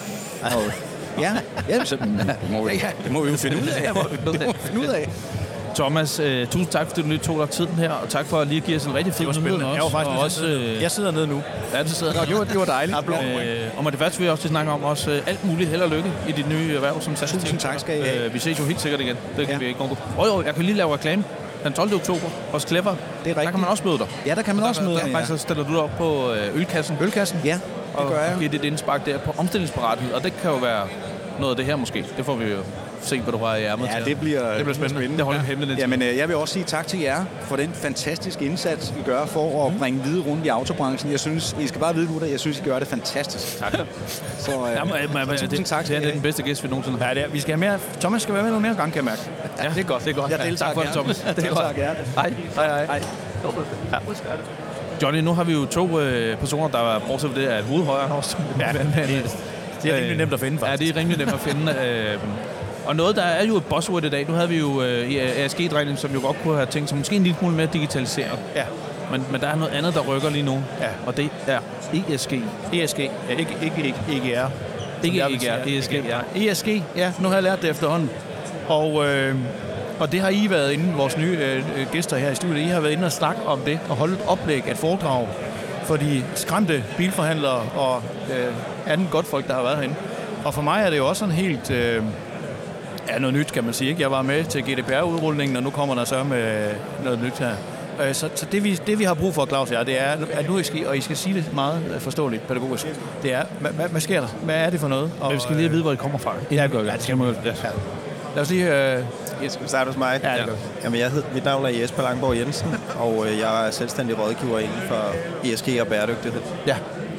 Ja, så det må vi jo finde ud af. Thomas, tusind tak, fordi du lige tog dig tiden her, og tak for at lige give os en rigtig fin nyhed også. Jeg sidder nede nu. Ja, du sidder der. Det var dejligt. Og med det første vil jeg også snakke om også alt muligt held og lykke i dit nye erhverv som salgsteam. Tusind tak skal I have. Vi ses jo helt sikkert igen. Det kan vi ikke gå. Jeg kan lige lave reklame. Den 12. oktober hos Clever. Det er rigtigt. Der kan man også møde dig. Ja, der kan man også møde dig. Der så stiller du dig op på ølkassen. Ølkassen? Ja, det gør jeg. Og giver dit indspark der på omstillingsparathed. Og det kan jo være noget af det her måske. Det får vi jo se, hvad du har i ærmet til. Ja, det bliver spændende. Det holder vi hemmeligt. Jamen, jeg vil også sige tak til jer for den fantastiske indsats, I gør for at bringe vide rundt i autobranchen. Jeg synes, I skal bare vide, gutter, jeg synes, I gør det fantastisk. Tak. Så tusind tak til jer. Det er den bedste gæst, vi nogensinde har. Ja, det er, vi skal have mere. Thomas skal være med noget mere gang, kan jeg mærke. Ja, det er godt. Det er godt. Jeg deltager tak for det, Thomas. Det er godt. Hej. Hej. Ja. Johnny, nu har vi jo 2 personer, der er bortset for det af et hovedhøjre. Ja, det er rimelig nemt at finde, faktisk. Ja, det er rimelig nemt at finde. Og noget, der er jo et buzzword i dag. Nu havde vi jo ASG-drejning, som jo godt kunne have tænkt sig måske en lille smule mere digitaliseret. Ja. Men der er noget andet, der rykker lige nu. Ja. Og det er ESG. ESG. Ja, ikke EGR. Ikke EGR. ESG, ja. ESG, ja. Nu har jeg lært det efterhånden. Og det har I været inde, vores nye gæster her i studiet. I har været inde og snakke om det og holde et oplæg, et foredrag for de skræmte bilforhandlere og anden godt folk, der har været herinde. Og for mig er det jo også sådan helt... noget nyt, kan man sige. Ikke? Jeg var med til GDPR-udrulningen, og nu kommer der så med noget nyt her. Så det vi har brug for, Claus, det er, at nu I skal sige det meget forståeligt pædagogisk. Det er, hvad sker der? Hvad er det for noget? Og, vi skal lige vide, hvor det kommer fra. Ja, det skal man. Ja. Lad os lige... Jeg skal starte hos mig. Ja. Jamen, mit navn er Jesper Langborg Jensen, og jeg er selvstændig rådgiver inden for ESG og bæredygtighed. Ja.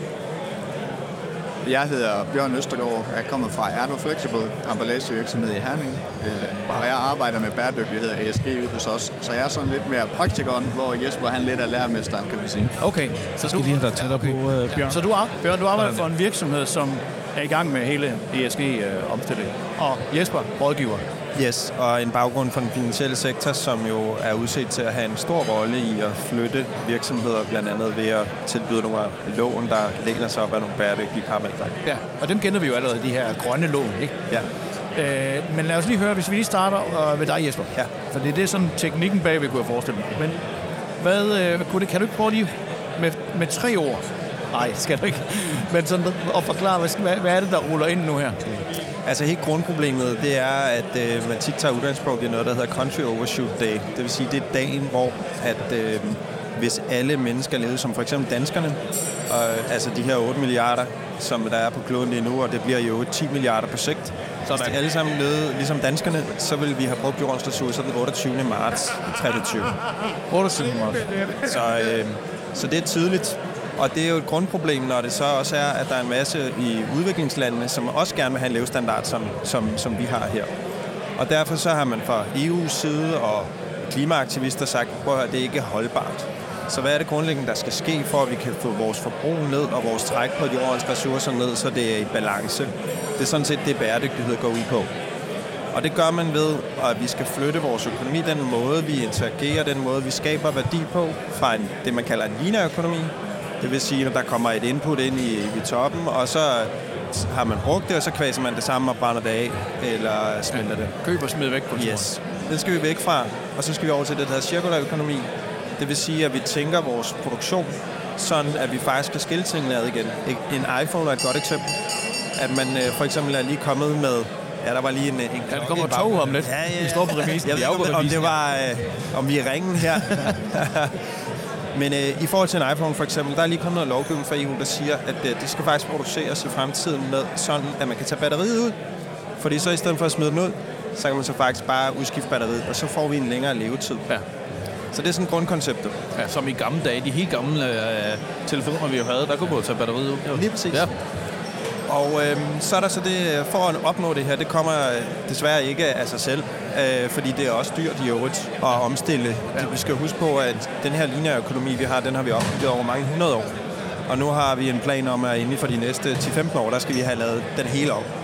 Jeg hedder Bjørn Østergaard. Jeg kommer fra Erdo Flexible, emballagevirksomhed i Herning. Og jeg arbejder med bæredygtighed og ESG ude hos os. Så jeg er sådan lidt mere praktikeren, hvor Jesper han lidt er lærermesteren, kan vi sige. Okay. Så skal vi lige have dig tættere på, Bjørn. Så du arbejder for en virksomhed, som er i gang med hele ESG-omstilling. Og Jesper, rådgiver. Yes, og en baggrund for den finansielle sektor, som jo er udset til at have en stor rolle i at flytte virksomheder, blandt andet ved at tilbyde nogle lån, der lægger sig op af nogle bæredygtige parametre. Ja, og dem kender vi jo allerede, de her grønne lån, ikke? Ja. Men lad os lige høre, hvis vi lige starter ved dig, Jesper. Ja. For det er sådan teknikken bagved, kunne jeg forestille mig. Men kan du ikke prøve lige med 3 ord? Nej, skal du ikke. Men sådan at forklare, hvad er det, der ruller ind nu her? Altså helt grundproblemet, det er, at man tit tager udgangspunkt i noget, der hedder Country Overshoot Day. Det vil sige, det er dagen, hvor at, hvis alle mennesker levede som for eksempel danskerne, altså de her 8 milliarder, som der er på kloden lige nu, og det bliver jo 10 milliarder på sigt. Så hvis de alle sammen levede ligesom danskerne, så vil vi have brugt jordens ressourcer den 28. marts 2023. 28. marts. Så det er tydeligt. Og det er jo et grundproblem, når det så også er, at der er en masse i udviklingslandene, som også gerne vil have en levestandard, som vi har her. Og derfor så har man fra EU's side og klimaaktivister sagt, at det ikke er holdbart. Så hvad er det grundlæggende, der skal ske, for at vi kan få vores forbrug ned og vores træk på jordens ressourcer ned, så det er i balance? Det er sådan set det, bæredygtighed går ud på. Og det gør man ved, at vi skal flytte vores økonomi, den måde, vi interagerer, den måde, vi skaber værdi på, fra det, man kalder en lineær-økonomi. Det vil sige, at der kommer et input ind i toppen, og så har man brugt det, og så kvæser man det sammen og brænder det af, eller smelter det. Køb og smid væk på turen. Yes. Den skal vi væk fra, og så skal vi over til det, der hedder cirkulær økonomi. Det vil sige, at vi tænker vores produktion, sådan at vi faktisk kan skille tingene ad igen. En iPhone er et godt eksempel. At man for eksempel er lige kommet med... Ja, der var lige en der kommer tog om lidt. Ja. Vi står på remisen. Jeg ved ikke, om det var... om vi er ringen her. Men i forhold til en iPhone for eksempel, der er lige kommet noget lovgivning fra EU, der siger, at det skal faktisk produceres i fremtiden med sådan, at man kan tage batteriet ud. Fordi så i stedet for at smide den ud, så kan man så faktisk bare udskifte batteriet, og så får vi en længere levetid. Ja. Så det er sådan grundkonceptet. Ja, som i gamle dage, de helt gamle telefoner, vi jo havde, der kunne både tage batteriet ud. Lige præcis. Ja. Og så er der så det, for at opnå det her, det kommer desværre ikke af sig selv, fordi det er også dyrt i øvrigt at omstille. Ja. Vi skal huske på, at den her lineære økonomi, vi har, den har vi opbygget over mange 100 år. Og nu har vi en plan om, at inden for de næste 10-15 år, der skal vi have lavet den hele op.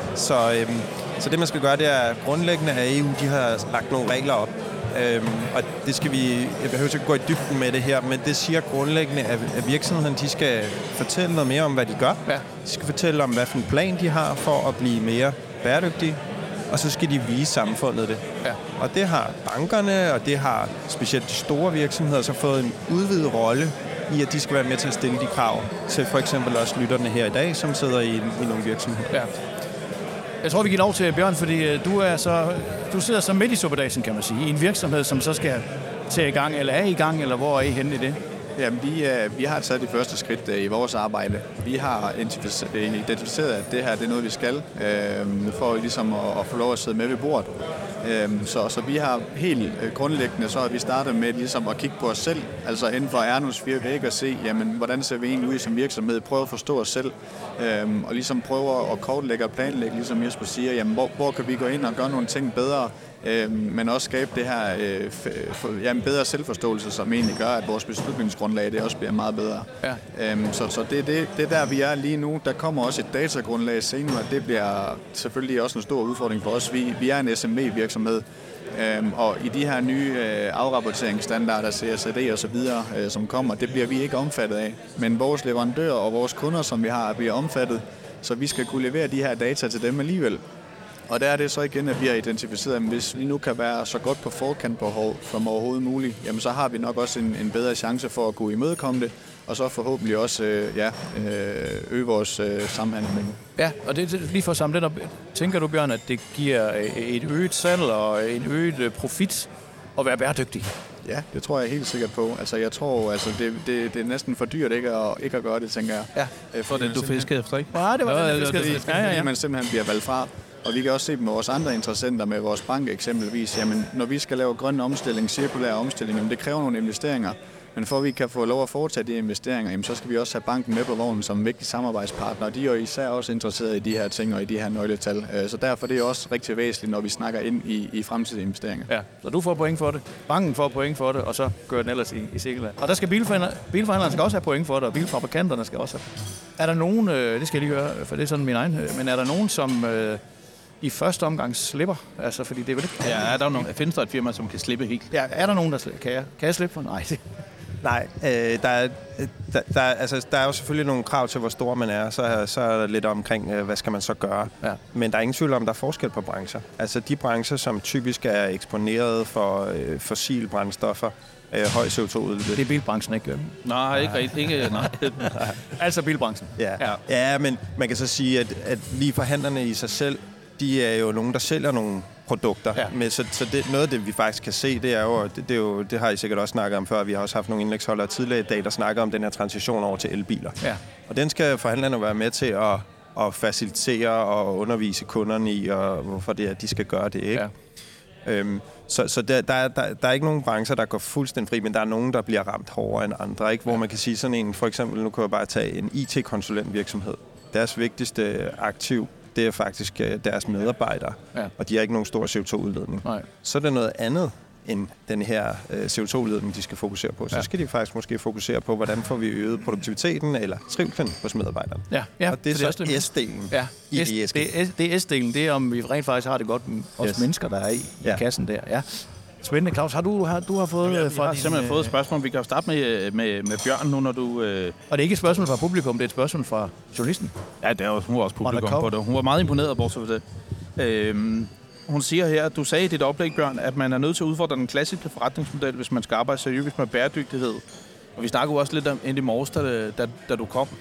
Så det, man skal gøre, det er grundlæggende, at EU de har lagt nogle regler op. Og det skal jeg behøver ikke gå i dybden med det her, men det siger grundlæggende, at virksomheden de skal fortælle noget mere om, hvad de gør. Ja. De skal fortælle om, hvad for en plan de har for at blive mere bæredygtige, og så skal de vise samfundet det. Ja. Og det har bankerne, og det har specielt de store virksomheder så fået en udvidet rolle i, at de skal være med til at stille de krav til for eksempel også lytterne her i dag, som sidder i nogle virksomheder. Ja. Jeg tror, vi giver lov til Bjørn, fordi du sidder så midt i suppedagen, kan man sige, i en virksomhed, som så skal til i gang, eller er i gang, eller hvor er I henne i det? Jamen, vi har taget de første skridt i vores arbejde. Vi har identificeret, at det her det er noget, vi skal, for ligesom at få lov at sidde med ved bordet. Så vi har helt grundlæggende, så har vi startet med ligesom at kigge på os selv, altså inden for Ernus 4 vægge og se, jamen, hvordan ser vi egentlig ud som virksomhed, prøve at forstå os selv, og ligesom prøve at kortlægge og planlægge, ligesom Jesper siger, jamen, hvor kan vi gå ind og gøre nogle ting bedre, men også skabe det her en bedre selvforståelse, som egentlig gør, at vores beslutningsgrundlag det også bliver meget bedre. Ja. Så det er der, vi er lige nu. Der kommer også et datagrundlag senere, og det bliver selvfølgelig også en stor udfordring for os. Vi er en SME-virksomhed, og i de her nye afrapporteringsstandarder, CSRD og så videre, som kommer, det bliver vi ikke omfattet af. Men vores leverandører og vores kunder, som vi har, bliver omfattet, så vi skal kunne levere de her data til dem alligevel. Og der er det så igen, at vi har identificeret, at hvis vi nu kan være så godt på forkant som overhovedet muligt, jamen så har vi nok også en bedre chance for at kunne imødekomme det, og så forhåbentlig også øge vores samhandel med. Ja, og det lige for at samle det op. Tænker du, Bjørn, at det giver et øget salg og en øget profit at være bæredygtig? Ja, det tror jeg helt sikkert på. Altså, jeg tror, det er næsten for dyrt ikke at gøre det, tænker jeg. Ja, for den du fiskede efter, ikke? Ja, det var det, fordi man simpelthen bliver valgt fra. Og vi kan også se med vores andre interessenter, med vores bank eksempelvis, jamen, når vi skal lave grøn omstilling, cirkulær omstilling, jamen, det kræver nogle investeringer. Men for at vi kan få lov at foretage de investeringer, jamen, så skal vi også have banken med på vognen som en vigtig samarbejdspartner. Og de er jo især også interesseret i de her ting og i de her nøgletal. Så derfor det er det også rigtig væsentligt, når vi snakker ind i fremtidige investeringer. Ja, så du får point for det, banken får point for det, og så gør den ellers i cirkulær. Og der skal bilforhandlerne skal også have point for det, og bilfabrikanterne skal også have. Er der nogen, det skal jeg lige høre, for det er sådan min egen, men er der nogen, som i første omgang slipper? Altså, fordi det er vel ikke... Ja, er der nogen, findes der et firma, som kan slippe helt? Ja, er der nogen, der slipper? Kan jeg slippe for? Nej, Nej, der er jo selvfølgelig nogle krav til, hvor stor man er, så er der lidt omkring, hvad skal man så gøre. Ja. Men der er ingen tvivl om, der er forskel på brancher. Altså de brancher, som typisk er eksponeret for fossile brændstoffer, høj CO2-udledning. Det er bilbranchen, ikke? Nej, ikke. Nej. Altså bilbranchen. Ja, men man kan så sige, at lige forhandlerne i sig selv, de er jo nogen, der sælger nogle produkter. Ja. Men så det, noget af det, vi faktisk kan se, det er jo, det har I sikkert også snakket om før, vi har også haft nogle indlægsholdere tidligere i dag, der snakker om den her transition over til elbiler. Ja. Og den skal forhandlerne være med til at facilitere og undervise kunderne i, og hvorfor det er, de skal gøre det, ikke? Ja. Så der er ikke nogen brancher, der går fuldstændig fri, men der er nogen, der bliver ramt hårdere end andre, ikke? Hvor man kan sige sådan en, for eksempel, nu kan jeg bare tage en IT-konsulentvirksomhed. Deres vigtigste aktiv, det er faktisk deres medarbejdere, og de har ikke nogen stor CO2-udledning. Nej. Så er det noget andet end den her CO2-udledning, de skal fokusere på. Så skal de faktisk måske fokusere på, hvordan får vi øget produktiviteten eller trivslen hos medarbejderne. Ja, og det er så S-delen i ESG. Det er S-delen, det er, om vi rent faktisk har det godt med os mennesker, der er i kassen der. Ja. Spændende, Claus. Har du fået... Jeg har simpelthen fået et spørgsmål. Vi kan jo starte med Bjørn nu, når du... Og det er ikke et spørgsmål fra publikum, det er et spørgsmål fra journalisten. Ja, det er jo, hun var også publikum på det. Hun var meget imponeret bortset for det. Hun siger her, at du sagde i dit oplæg, Bjørn, at man er nødt til at udfordre den klassiske forretningsmodel, hvis man skal arbejde seriøst med bæredygtighed. Og vi snakkede jo også lidt om ind i morges, da du kom.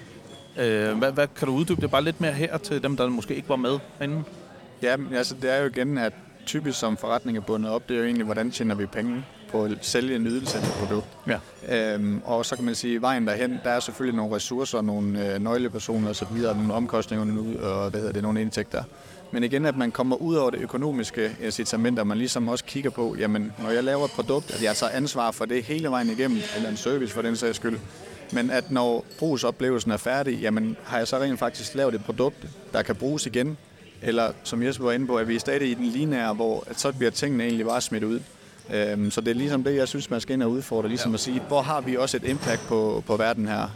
Hvad kan du uddybe det bare lidt mere her til dem, der måske ikke var med inden? Ja, altså det er jo igen, at typisk som forretning er bundet op, det er jo egentlig, hvordan tjener vi penge på at sælge en ydelse eller et produkt. Ja. Og så kan man sige, vejen derhen, der er selvfølgelig nogle ressourcer, nogle nøglepersoner og så videre, nogle omkostninger og nogle indtægter. Men igen, at man kommer ud over det økonomiske incitament, og man ligesom også kigger på, jamen, når jeg laver et produkt, at jeg tager ansvar for det hele vejen igennem, eller en service for den sags skyld. Men at når brugsoplevelsen er færdig, jamen, har jeg så rent faktisk lavet et produkt, der kan bruges igen? Eller som Jesper var inde på, at vi er stadig i den lineære, hvor så bliver tingene egentlig bare smidt ud. Så det er ligesom det, jeg synes, man skal ind og udfordre, ligesom at sige, hvor har vi også et impact på verden her,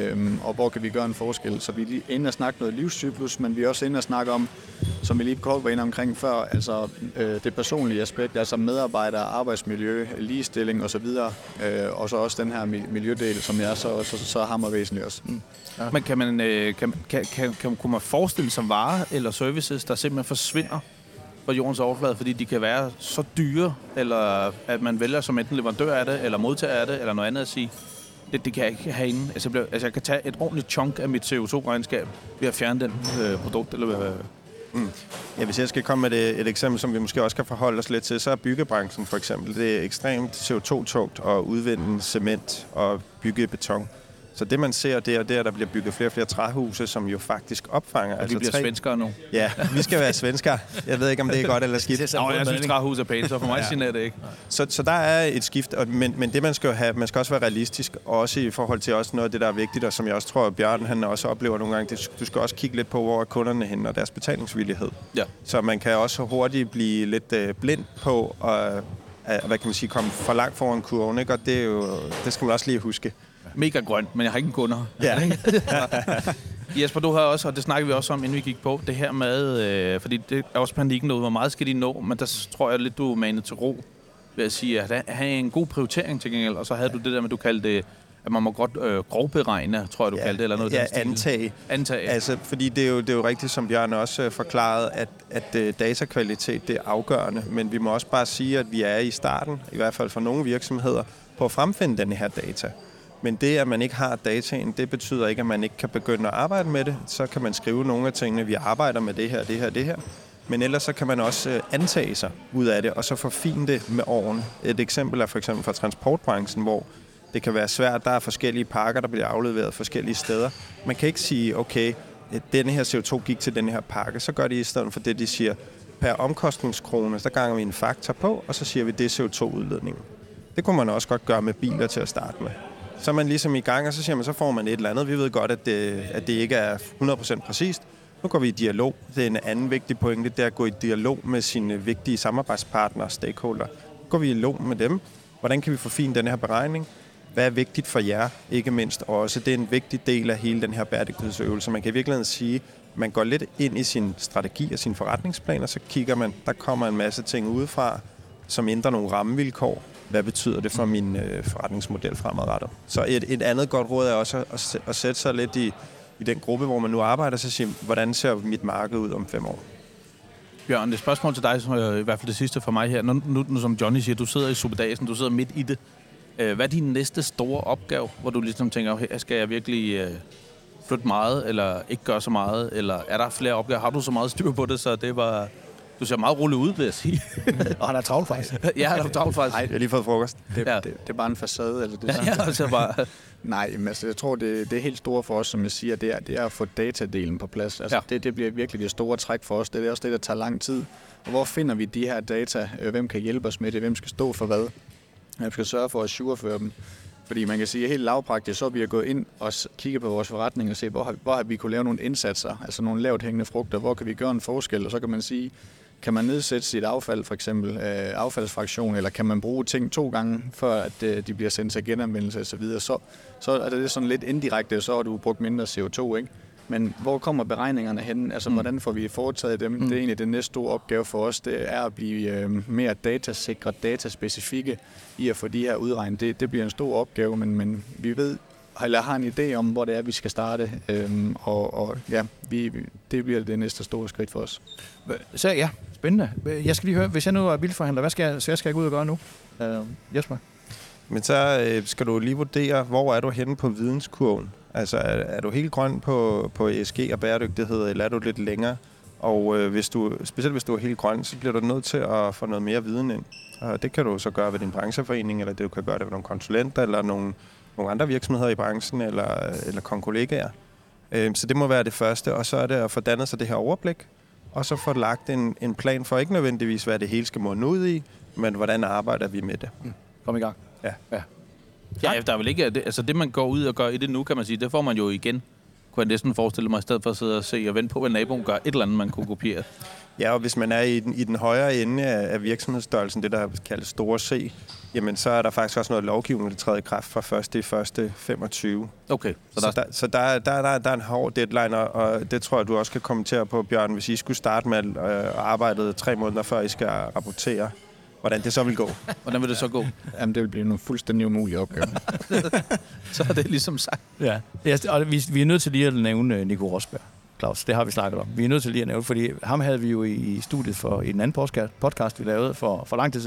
og hvor kan vi gøre en forskel. Så vi er inde og snakke noget livscyklus, men vi er også inde og snakke om, som vi lige kort var inde omkring før, altså det personlige aspekt, altså medarbejdere, arbejdsmiljø, ligestilling osv., og så også den her miljødel, som er så hammervæsentlig også. Ja. Men kunne man forestille sig varer eller services, der simpelthen forsvinder på jordens overflade, fordi de kan være så dyre, eller at man vælger som enten leverandør af det, eller modtager af det, eller noget andet at sige, det kan jeg ikke have inde. Altså jeg kan tage et ordentligt chunk af mit CO2-regnskab ved at fjerne den produkt, eller Ja, hvis jeg skal komme med et eksempel, som vi måske også kan forholde os lidt til, så er byggebranchen for eksempel. Det er ekstremt CO2-tungt at udvinde cement og bygge beton. Så det, man ser, det er, der bliver bygget flere og flere træhuse, som jo faktisk opfanger... Og vi bliver svenskere nu. Ja, vi skal være svenskere. Jeg ved ikke, om det er godt eller skidt. Jeg synes, træhus er pænt, så for mig siger det ikke. Så der er et skift, men det man skal jo have, man skal også være realistisk, også i forhold til også noget af det, der er vigtigt, og som jeg også tror, at Bjørn han også oplever nogle gange. Du skal også kigge lidt på, hvor er kunderne hen og deres betalingsvillighed. Ja. Så man kan også hurtigt blive lidt blind på, og hvad kan man sige, komme for langt foran kurven, ikke? Og det er jo, det skal man også lige huske. Mega grønt, men jeg har ikke en kunder. Ja. Jesper, du har også, og det snakker vi også om, inden vi gik på, det her med, fordi det er også panikken derude, hvor meget skal de nå, men der tror jeg lidt, du er manet til ro ved at sige, at have en god prioritering til gengæld, og så havde du det der med, du kaldte det, at man må godt grovberegne, tror jeg, du kaldte det, eller noget ja, antage. Altså, fordi det er jo rigtigt, som Bjørn også forklarede, at datakvalitet, det er afgørende, men vi må også bare sige, at vi er i starten, i hvert fald for nogle virksomheder, på at fremfinde den her data. Men det, at man ikke har dataen, det betyder ikke, at man ikke kan begynde at arbejde med det. Så kan man skrive nogle af tingene, vi arbejder med det her, det her, det her. Men ellers så kan man også antage sig ud af det, og så forfine det med årene. Et eksempel er for eksempel fra transportbranchen, hvor det kan være svært. Der er forskellige pakker, der bliver afleveret forskellige steder. Man kan ikke sige, okay, denne her CO2 gik til denne her pakke. Så gør de i stedet for det, de siger, per omkostningskrone, der ganger vi en faktor på, og så siger vi, det er CO2-udledningen. Det kunne man også godt gøre med biler til at starte med. Så er man ligesom i gang, og så siger man, så får man et eller andet. Vi ved godt, at det ikke er 100% præcist. Nu går vi i dialog. Det er en anden vigtig pointe, det er at gå i dialog med sine vigtige samarbejdspartnere, stakeholder. Nu går vi i dialog med dem. Hvordan kan vi forfine den her beregning? Hvad er vigtigt for jer, ikke mindst også? Det er en vigtig del af hele den her bæredygtighedsøvelse. Man kan i virkeligheden sige, at man går lidt ind i sin strategi og sin forretningsplan, og så kigger man, der kommer en masse ting udefra, som ændrer nogle rammevilkår. Hvad betyder det for min forretningsmodel fremadrettet? Så et andet godt råd er også at sætte sig lidt i den gruppe, hvor man nu arbejder, så sige, hvordan ser mit marked ud om 5 år? Bjørn, det er spørgsmål til dig, som i hvert fald det sidste for mig her. Nu som Johnny siger, du sidder i suppedagen, du sidder midt i det. Hvad er din næste store opgave, hvor du ligesom tænker, her skal jeg virkelig flytte meget, eller ikke gøre så meget, eller er der flere opgaver? Har du så meget styr på det, så det var... Du ser meget roligt ud, vil jeg sige. Og han er travlt faktisk. Ja, han er travlt faktisk. Nej, jeg har lige fået frokost. Det er bare en facade. Eller det ja, altså bare... Nej, men altså, jeg tror, det er helt store for os, som jeg siger, det er at få datadelen på plads. Altså, det bliver virkelig det store træk for os. Det er også det, der tager lang tid. Og hvor finder vi de her data? Hvem kan hjælpe os med det? Hvem skal stå for hvad? Hvem skal sørge for at sureføre dem? Fordi man kan sige, at helt lavpraktisk, så er vi gået ind og kigget på vores forretning og se, hvor har vi kunne lave nogle indsatser, altså nogle lavt hængende frugter, hvor kan vi gøre en forskel? Og så kan man sige, kan man nedsætte sit affald, for eksempel affaldsfraktion, eller kan man bruge ting 2 gange, før at de bliver sendt til genanvendelse osv., så er det sådan lidt indirekte, så har du brugt mindre CO2, ikke? Men hvor kommer beregningerne hen? Altså, hvordan får vi foretaget dem? Det er egentlig den næste store opgave for os, det er at blive mere datasikre, dataspecifikke i at få de her udregnet. Det bliver en stor opgave, men vi ved, eller har en idé om, hvor det er, vi skal starte, det bliver det næste store skridt for os. Så ja, spændende. Jeg skal lige høre, hvis jeg nu er bilforhandler, hvad skal jeg gå ud og gøre nu? Jesper? Men så skal du lige vurdere, hvor er du henne på videnskurven? Altså, er du helt grøn på ESG og bæredygtighed, eller er du lidt længere? Og specielt hvis du er helt grøn, så bliver du nødt til at få noget mere viden ind. Og det kan du så gøre ved din brancheforening, eller det du kan gøre det ved nogle konsulenter, eller nogle andre virksomheder i branchen, eller kollegaer. Så det må være det første, og så er det at få dannet sig det her overblik, og så få lagt en plan for ikke nødvendigvis, hvad det hele skal munde ud i, men hvordan arbejder vi med det. Kom i gang. Ja. Ja, der er vel ikke... Altså det, man går ud og gør i det nu, kan man sige, det får man jo igen. Kunne jeg næsten forestille mig, i stedet for at sidde og se og vente på, hvad naboen gør, et eller andet, man kunne kopiere. Ja, og hvis man er i den højere ende af virksomhedsstørrelsen, det der kaldes store C, jamen så er der faktisk også noget lovgivning, der træder i kraft fra 1.1.25. Okay. Så der er en hård deadline, og det tror jeg, du også kan kommentere på, Bjørn, hvis I skulle starte med at arbejde 3 måneder, før I skal rapportere, hvordan det så vil gå. Hvordan vil det så gå? Jamen, det vil blive en fuldstændig umulig opgave. Så er det ligesom sagt. Ja, og vi er nødt til lige at nævne Nico Rosberg, Claus. Det har vi snakket om. Vi er nødt til lige at nævne, fordi ham havde vi jo i studiet for i den anden podcast, vi lavede for lang tid siden.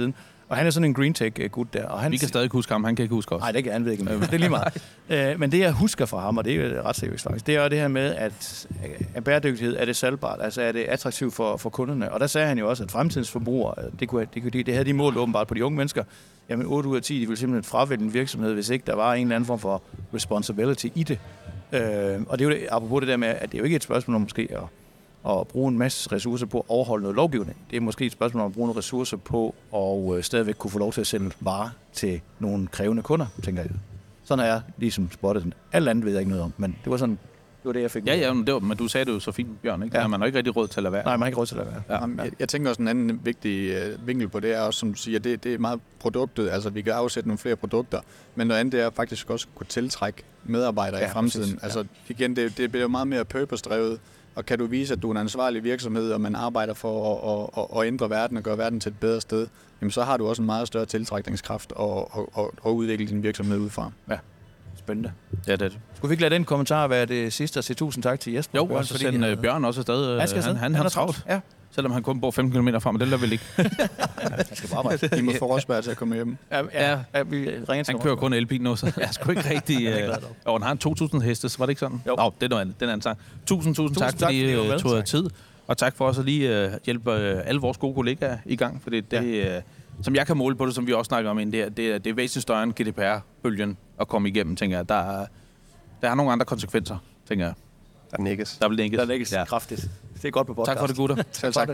Og han er sådan en green tech-gut der. Og vi kan stadig huske ham, han kan ikke huske os. Nej, det kan han ved ikke. Det er lige meget. Men det, jeg husker fra ham, og det er ret seriøst faktisk, det er det her med, at bæredygtighed, er det salgbart? Altså er det attraktivt for kunderne? Og der sagde han jo også, at fremtidens forbrugere, det havde de mål åbenbart på de unge mennesker. Jamen 8 ud af 10, de ville simpelthen fravælge en virksomhed, hvis ikke der var en eller anden form for responsibility i det. Og det er jo det, apropos det der med, at det er jo ikke et spørgsmål om måske at bruge en masse ressourcer på at overholde noget lovgivning. Det er måske et spørgsmål om at bruge nogle ressourcer på at stadigvæk kunne få lov til at sælge varer til nogle krævende kunder, tænker jeg. Sådan er jeg ligesom spottet. Alt andet ved jeg ikke noget om, men det var sådan, det var det, jeg fik. Ja, men du sagde det jo så fint, Bjørn, ikke? Ja. Man har ikke rigtig råd til at lade være. Nej, man har ikke råd til at lade være. Ja. Jeg tænker også en anden vigtig vinkel på det er også, som du siger, det er meget produktet. Altså, vi kan afsætte nogle flere produkter, men noget andet det er faktisk også at kunne tiltrække medarbejdere i fremtiden. Præcis. Altså, igen, det bliver jo meget mere purpose-drevet. Og kan du vise, at du er en ansvarlig virksomhed, og man arbejder for at ændre verden og gøre verden til et bedre sted, jamen så har du også en meget større tiltrækningskraft og udvikle din virksomhed ud fra. Ja, spændende. Ja, det er det. Skulle vi ikke lade den kommentar være det sidste og sige tusind tak til Jesper? Jo, og så sender Bjørn også afsted. Han har travlt. Ja. Selvom han kun bor 5 km frem, og det lader vel ikke. Han skal bare arbejde. I må få Rosberg til at komme hjem. Ja, vi ringer til han kører kun elbil nu, så jeg sgu ikke rigtig... han har en 2.000 hestes, var det ikke sådan? Jo. Det er noget andet. Den anden sang. Tusind tak, fordi I tog tid. Og tak for også at lige hjælpe alle vores gode kollegaer i gang. For det som jeg kan måle på det, som vi også snakker om inden, det er væsentligt større end GDPR-bølgen at komme igennem, tænker jeg. Der er nogle andre konsekvenser, tænker jeg. Der nikkes. Der nikkes kraftigt. Det er godt på podcast. Tak for det, gutter. Selv tak.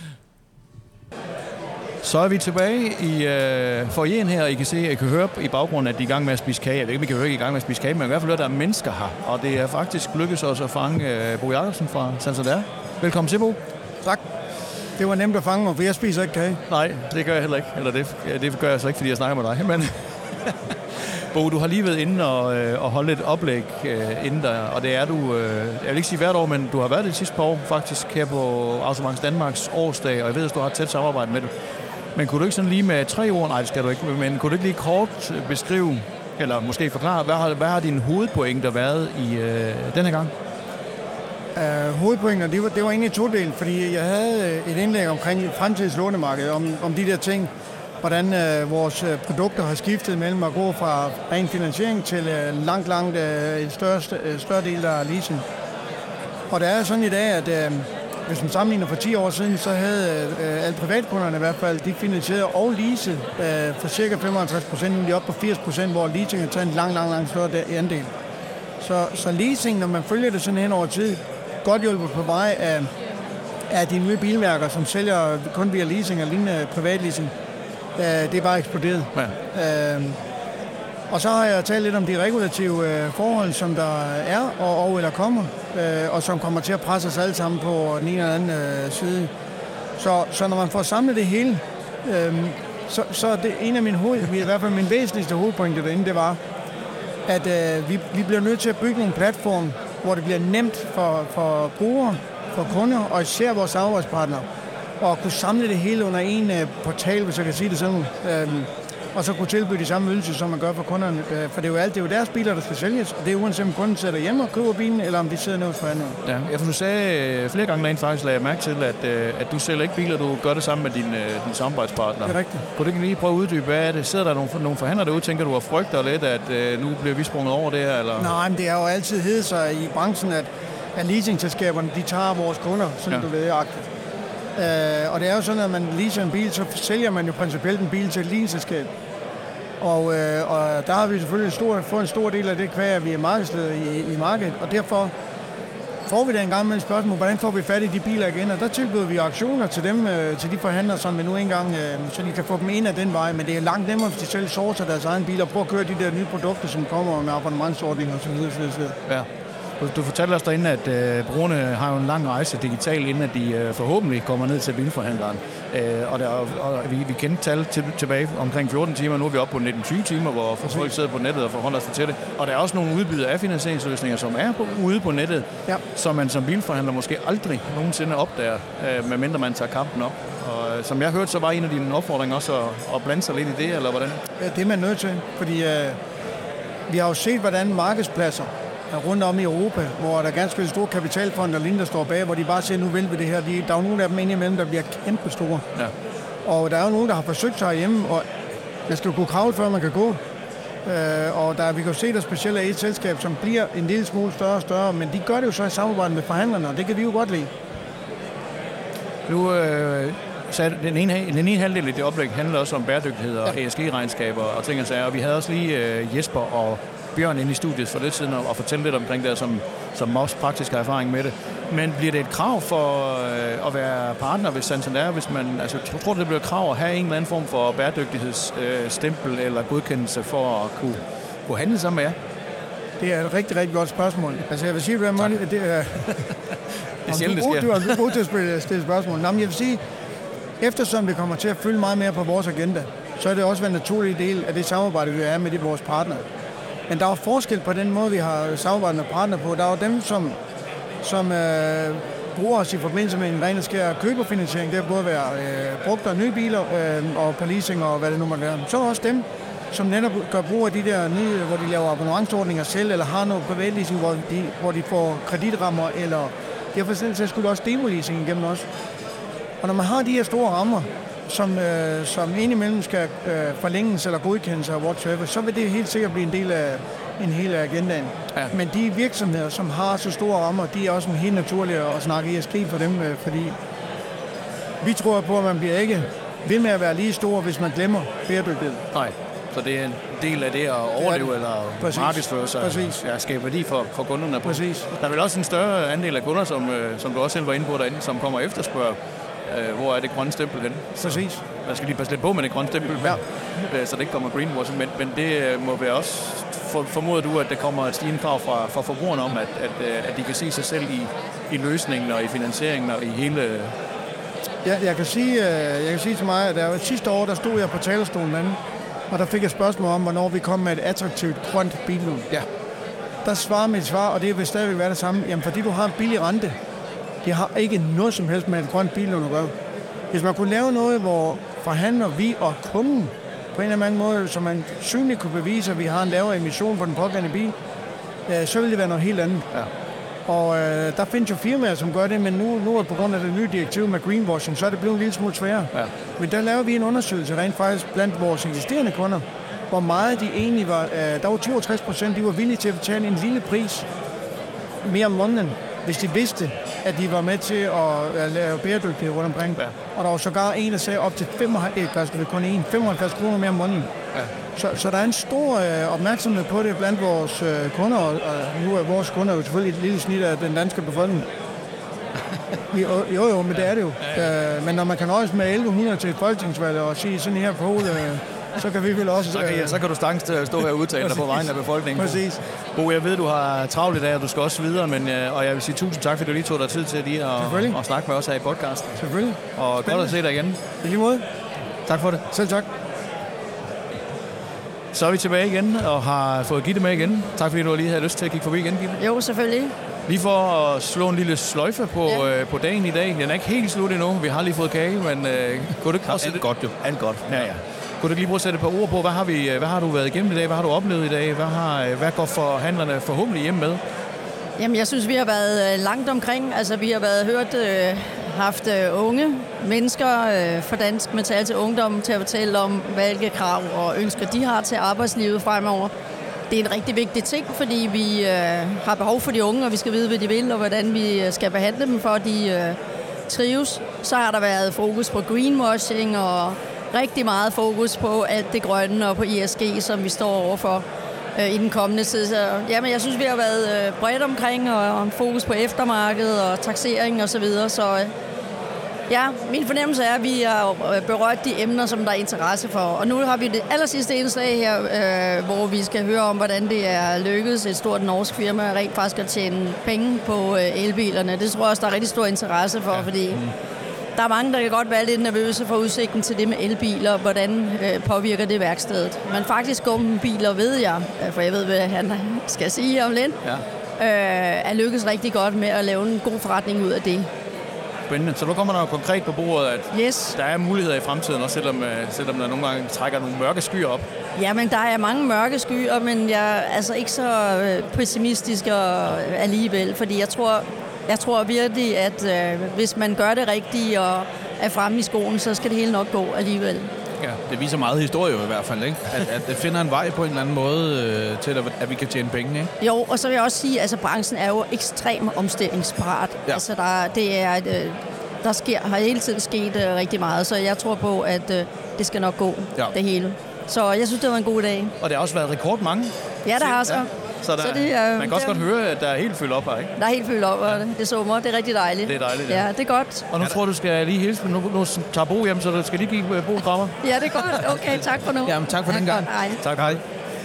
Så er vi tilbage i foyeren her, og I kan se, I kan høre i baggrunden, at de er i gang med at spise kage. Jeg ved ikke, om I kan høre, at I er i gang med at spise kage, men i hvert fald at der er mennesker her. Og det er faktisk lykkedes os at fange Bo Jacobsen fra Santander. Velkommen til, Bo. Tak. Det var nemt at fange mig, for jeg spiser ikke kage. Nej, det gør jeg heller ikke. Eller det gør jeg så ikke, fordi jeg snakker med dig. Men Bo, du har lige været inde og holde et oplæg inden der, og det er du, jeg vil ikke sige hvert år, men du har været det sidste par år faktisk her på Automarkeds Danmarks årsdag, og jeg ved, at du har et tæt samarbejde med det. Men kunne du ikke sådan lige med 3 ord, nej det skal du ikke, men kunne du ikke lige kort beskrive, eller måske forklare, hvad har dine hovedpointer været i denne gang? Hovedpointer, det var egentlig 2 del, fordi jeg havde et indlæg omkring fremtidens lånemarked, om de der ting, hvordan vores produkter har skiftet mellem at gå fra ren finansiering til langt en større del af leasing. Og det er sådan i dag, at hvis man sammenligner for 10 år siden, så havde alle privatkunderne i hvert fald, de finansieret og leaset for cirka 55%, nu er de oppe på 80%, hvor leasing har taget en lang større andel. Så leasing, når man følger det sådan hen over tid, godt hjulpet på vej af de nye bilmærker, som sælger kun via leasing og lignende privatleasing. Det er bare eksploderet. Ja. Og så har jeg talt lidt om de regulative forhold, som der er og eller kommer, og som kommer til at presse os alle sammen på den ene eller anden side. Så når man får samlet det hele, så er det en af i hvert fald min væsentligste hovedpointe derinde, det var, at vi bliver nødt til at bygge nogle platforme, hvor det bliver nemt for brugere, for kunder og især vores samarbejdspartnere at kunne samle det hele under en portal, hvis jeg kan sige det sådan, og så kunne tilbyde de samme ydelser, som man gør for kunderne. For det er jo deres biler, der skal sælges, og det er uanset om kunden sidder hjemme og køber bilen, eller om de sidder nede hos forhandleren. Ja, for du sagde flere gange derinde faktisk, lagde jeg mærke til, at du sælger ikke biler, du gør det sammen med din samarbejdspartner. Det er rigtigt. Kunne du ikke lige prøve at uddybe, hvad er det? Sidder der nogle forhandlere derude, tænker du og frygter lidt, at nu bliver vi sprunget over det her? Eller? Nej, men det har jo altid heddet sig i branchen, at leasingselskaberne, de tager vores kunder, sådan du ved, agtigt. Og det er jo sådan, at man leaser en bil, så sælger man jo principielt en bil til et leasingselskab. Og der har vi selvfølgelig fået en stor del af det kvæg, vi er markedsleder i markedet, og derfor får vi da en gang med et spørgsmål, hvordan får vi fat i de biler igen, og der tilbyder vi auktioner til dem, til de forhandlere, som vi nu engang, så de kan få dem ind af den vej, men det er langt nemmere, hvis de selv sourcer deres egen biler og prøver at køre de der nye produkter, som kommer med abonnementsordninger og så videre. Ja. Du fortalte os derinde, at brugerne har jo en lang rejse digitalt, inden at de forhåbentlig kommer ned til bilforhandleren. Og vi kendte tal tilbage omkring 14 timer, nu er vi oppe på 19-20 timer, hvor folk sidder på nettet og forholder sig til det. Og der er også nogle udbydere af finansieringsløsninger, som er ude på nettet, som man som bilforhandler måske aldrig nogensinde opdager, medmindre man tager kampen op. Og som jeg hørte, så var en af dine opfordringer også at blande sig lidt i det, eller hvordan? Ja, det er man nødt til, fordi vi har jo set, hvordan markedspladser rundt om i Europa, hvor der er ganske store kapitalfonde og lignende, der står bag, hvor de bare siger, nu vil vi det her. Der er jo nogle af dem indimellem, der bliver kæmpe store. Og der er jo nogen, der har forsøgt sig hjemme, og man skal jo kunne kravle, før man kan gå. Og vi kan jo se, der specielt er et selskab, som bliver en lille smule større og større, men de gør det jo så i samarbejde med forhandlerne, og det kan vi jo godt lide. Nu så den ene halvdel i det oplæg handler også om bæredygtighed og ESG-regnskaber og ting og sager, og vi havde også lige Jesper og Bjørn inde i studiet for lidt siden og fortælle lidt omkring det, som også praktisk har erfaring med det. Men bliver det et krav for at være partner ved Santander, hvis man, altså tror du, det bliver et krav at have en eller anden form for bæredygtighedsstempel eller godkendelse for at kunne handle sammen med jer? Det er et rigtig, rigtig godt spørgsmål. Altså jeg vil sige, det er det er... Det er sjældent, det sker. Du er god til at stille spørgsmål. Nå, men jeg vil sige, eftersom det kommer til at fylde meget mere på vores agenda, så er det også en naturlig del af det samarbejde, vi er med vores partnere. Men der er forskel på den måde, vi har samarbejdet med partnere på. Der er jo dem, som bruger os i forbindelse med en ren og skær køberfinansiering. Det har både været brugt af nye biler og på leasing og hvad det nu måtte være. Så er der også dem, som netop gør brug af de der nye, hvor de laver abonnementsordninger selv, eller har noget privatleasing, hvor de får kreditrammer, eller de har for eksempel skulle også demoleasing igennem os. Og når man har de her store rammer, som indimellem skal forlænges eller godkendes af whatsoever, så vil det helt sikkert blive en del af en hel agendaen. Ja. Men de virksomheder, som har så store rammer, de er også helt naturlige at snakke ESG for dem, fordi vi tror på, at man bliver ikke ved med at være lige stor, hvis man glemmer bæredygtighed. Nej, så det er en del af det at overleve eller markedsføre sig og skabe værdi for kunderne. Præcis. Der er vel også en større andel af kunder, som du også selv var inde på derinde, som kommer og efterspørger, hvor er det grønne stempel henne? Præcis. Man skal lige passe lidt på med det grønne stempel, så det ikke kommer greenwashing, men det må være også, formoder du, at der kommer et stigende krav fra forbrugerne om, at de kan se sig selv i løsningen og i finansieringen og i hele... Ja, jeg kan sige til mig, at sidste år, der stod jeg på talerstolen anden, og der fik jeg spørgsmål om, hvornår vi kom med et attraktivt grønt billån. Ja. Der svarer mit svar, og det vil stadigvæk være det samme. Jamen, fordi du har en billig rente. Det har ikke noget som helst med et grønt billån at gøre. Hvis man kunne lave noget, hvor forhandler vi og kunden på en eller anden måde, så man synligt kunne bevise, at vi har en lavere emission på den pågældende bil, så ville det være noget helt andet. Ja. Og der findes jo firmaer, som gør det, men nu er på grund af det nye direktiv med greenwashing, så er det blevet en lille smule sværere. Ja. Men der laver vi en undersøgelse rent faktisk blandt vores eksisterende kunder, hvor meget de egentlig var. Der var 62%, de var villige til at betale en lille pris mere om måneden, hvis de vidste, at de var med til at lave bæredygtighed rundt omkring. Ja. Og der var sågar en, der sagde op til 55 kroner mere om måneden. Ja. Så der er en stor opmærksomhed på det blandt vores kunder, og nu er vores kunder jo selvfølgelig et lille snit af den danske befolkning. Jo, men det er det jo. Men når man kan nøjes med 1100 til et folketingsvalg og sige sådan her på så kan vi vel også... Så kan du straks stå her og udtale dig på vegne af befolkningen. Præcis. Bo, jeg ved, du har travlt i dag, og du skal også videre, og jeg vil sige tusind tak, fordi du lige tog dig tid til lige at snakke med os her i podcasten. Selvfølgelig. Og godt at se dig igen. I lige måde. Tak for det. Selv tak. Så er vi tilbage igen, og har fået Gitte med igen. Tak fordi du lige havde lyst til at kigge forbi igen, Gitte. Jo, selvfølgelig. Lige for at slå en lille sløjfe på dagen i dag. Den er ikke helt slut endnu. Vi har lige fået kage, men kunne du ikke prøve alt godt jo. Alt godt. Ja. Kunne du ikke lige prøve at sætte et par ord på, hvad har du været igennem i dag? Hvad har du oplevet i dag? Hvad går forhandlerne forhåbentlig hjem med? Jamen, jeg synes, vi har været langt omkring. Altså, vi har haft unge mennesker fra Dansk Metal til Ungdom til at fortælle om, hvilke krav og ønsker de har til arbejdslivet fremover. Det er en rigtig vigtig ting, fordi vi har behov for de unge, og vi skal vide, hvad de vil, og hvordan vi skal behandle dem, for at de trives. Så har der været fokus på greenwashing og rigtig meget fokus på alt det grønne og på ESG, som vi står overfor i den kommende tid. Så, jamen, jeg synes, vi har været bredt omkring og fokus på eftermarkedet og taksering og så videre. Så ja, min fornemmelse er, at vi har berørt de emner, som der er interesse for. Og nu har vi det allersidste indslag her, hvor vi skal høre om, hvordan det er lykkedes et stort norsk firma rent faktisk at tjene penge på elbilerne. Det tror jeg også, der er rigtig stor interesse for, fordi der er mange, der kan godt være lidt nervøse for udsigten til det med elbiler. Hvordan påvirker det værkstedet? Men faktisk biler ved jeg, for jeg ved, hvad han skal sige om lidt, er lykkes rigtig godt med at lave en god forretning ud af det. Spændende. Så nu kommer der jo konkret på bordet, at der er muligheder i fremtiden, også selvom der nogle gange trækker nogle mørke skyer op. Jamen, der er mange mørke skyer, men jeg er altså ikke så pessimistisk alligevel, fordi jeg tror virkelig, at hvis man gør det rigtigt og er fremme i skoen, så skal det hele nok gå alligevel. Ja, det viser meget historie i hvert fald, ikke? At det finder en vej på en eller anden måde til, at vi kan tjene penge, ikke? Jo, og så vil jeg også sige, at altså, branchen er jo ekstremt omstillingsparat. Ja. Altså, har hele tiden sket rigtig meget, så jeg tror på, at det skal nok gå, det hele. Så jeg synes, det var en god dag. Og det har også været rekordmange. Ja, der har så. Ja. Så man kan også godt høre, at der er helt fyldt op her, ikke? Der er helt fyldt op, og det summer. Det er rigtig dejligt. Det er dejligt, ja. Det er godt. Og nu tror du skal lige hilse, men nu tager Bo hjem, så du skal lige give Bo krammer. Ja, det er godt. Okay, tak for nu. Jamen, tak for den gang. Hej. Tak, hej.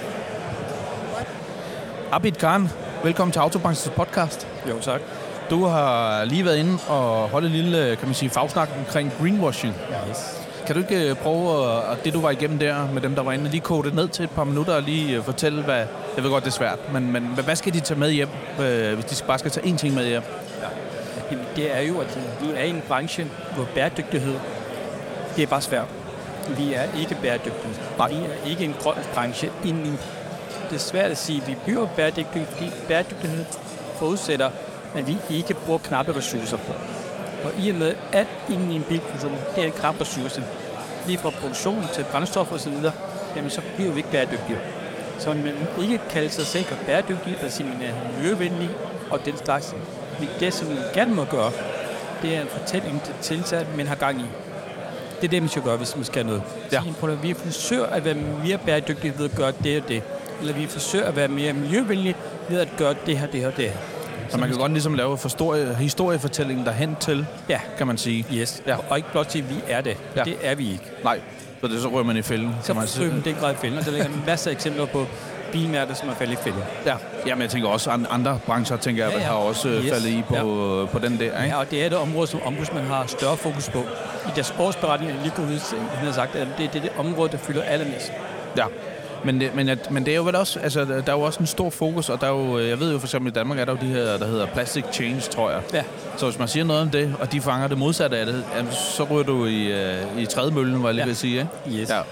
Abid Khan, velkommen til Autobranchens podcast. Jo, tak. Du har lige været inde og holdt en lille, kan man sige, fagsnak omkring greenwashing. Yes. Kan du ikke prøve, at det du var igennem der med dem, der var inde, lige kode det ned til et par minutter og lige fortælle, hvad... Jeg ved godt, det er svært, men hvad skal de tage med hjem, hvis de bare skal tage én ting med hjem? Ja. Jamen, det er jo, at vi er i en branche, hvor bæredygtighed, det er bare svært. Vi er ikke bæredygtige. Vi er ikke en grøn branche endnu. Det er svært at sige, at vi bliver bæredygtige, fordi bæredygtighed forudsætter, at vi ikke bruger knappe ressourcer på. Og i og med, at inde i en bilproduktion, det er en knap ressource, lige fra produktion til brændstof osv., jamen så bliver vi ikke bæredygtige. Så man ikke kalde sig selv bæredygtig, og sige, at man er miljøvenlig og den slags. Men det, som man gerne må gøre, det er en fortælling til tilsat, man har gang i. Det er det, man skal gøre, hvis man skal noget. Ja. Vi forsøger at være mere bæredygtige ved at gøre det og det. Eller vi forsøger at være mere miljøvenlige ved at gøre det her, det her, det her. Så man kan godt ligesom lave historiefortællingen derhen til, kan man sige. Yes, og ikke blot sige, at vi er det. Ja. Det er vi ikke. Nej, så rører man i fælden. Så rører man den grad i fælden, og der ligger masser af eksempler på bilmærker, som er faldet i fælden. Ja, jamen jeg tænker også, andre brancher, tænker jeg, har også faldet i på den der, ikke? Ja, og det er et område, som ombudsmanden har større fokus på. I deres årsberetning er lige gået ud, han har sagt, at det er det område, der fylder allermest. Ja. Men det er jo vel også, altså der er jo også en stor fokus, og der er jo, jeg ved jo for eksempel i Danmark er der jo de her, der hedder Plastic Change, tror jeg. Ja. Så hvis man siger noget om det, og de fanger det modsatte af det, så ryger du i trædemøllen, var jeg lige ved at sige, ikke? Yes.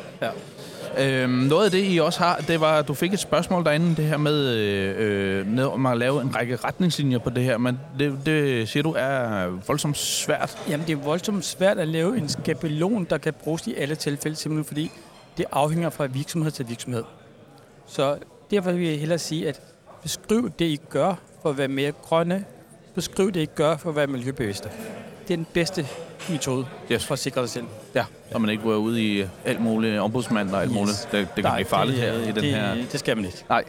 Ja. Noget af det, I også har, det var, at du fik et spørgsmål derinde, det her med om at lave en række retningslinjer på det her, men det siger du er voldsomt svært. Jamen, det er voldsomt svært at lave en skabelon, der kan bruges i alle tilfælde, simpelthen fordi det afhænger fra virksomhed til virksomhed. Så derfor vil jeg hellere sige, at beskriv det, I gør for at være mere grønne. Beskriv det, I gør for at være miljøbevidste. Det er den bedste metode for at sikre dig selv. Ja, og man ikke går ud i alt muligt ombudsmand og alt muligt. Det kan blive farligt her i den her... Det skal man ikke. Nej.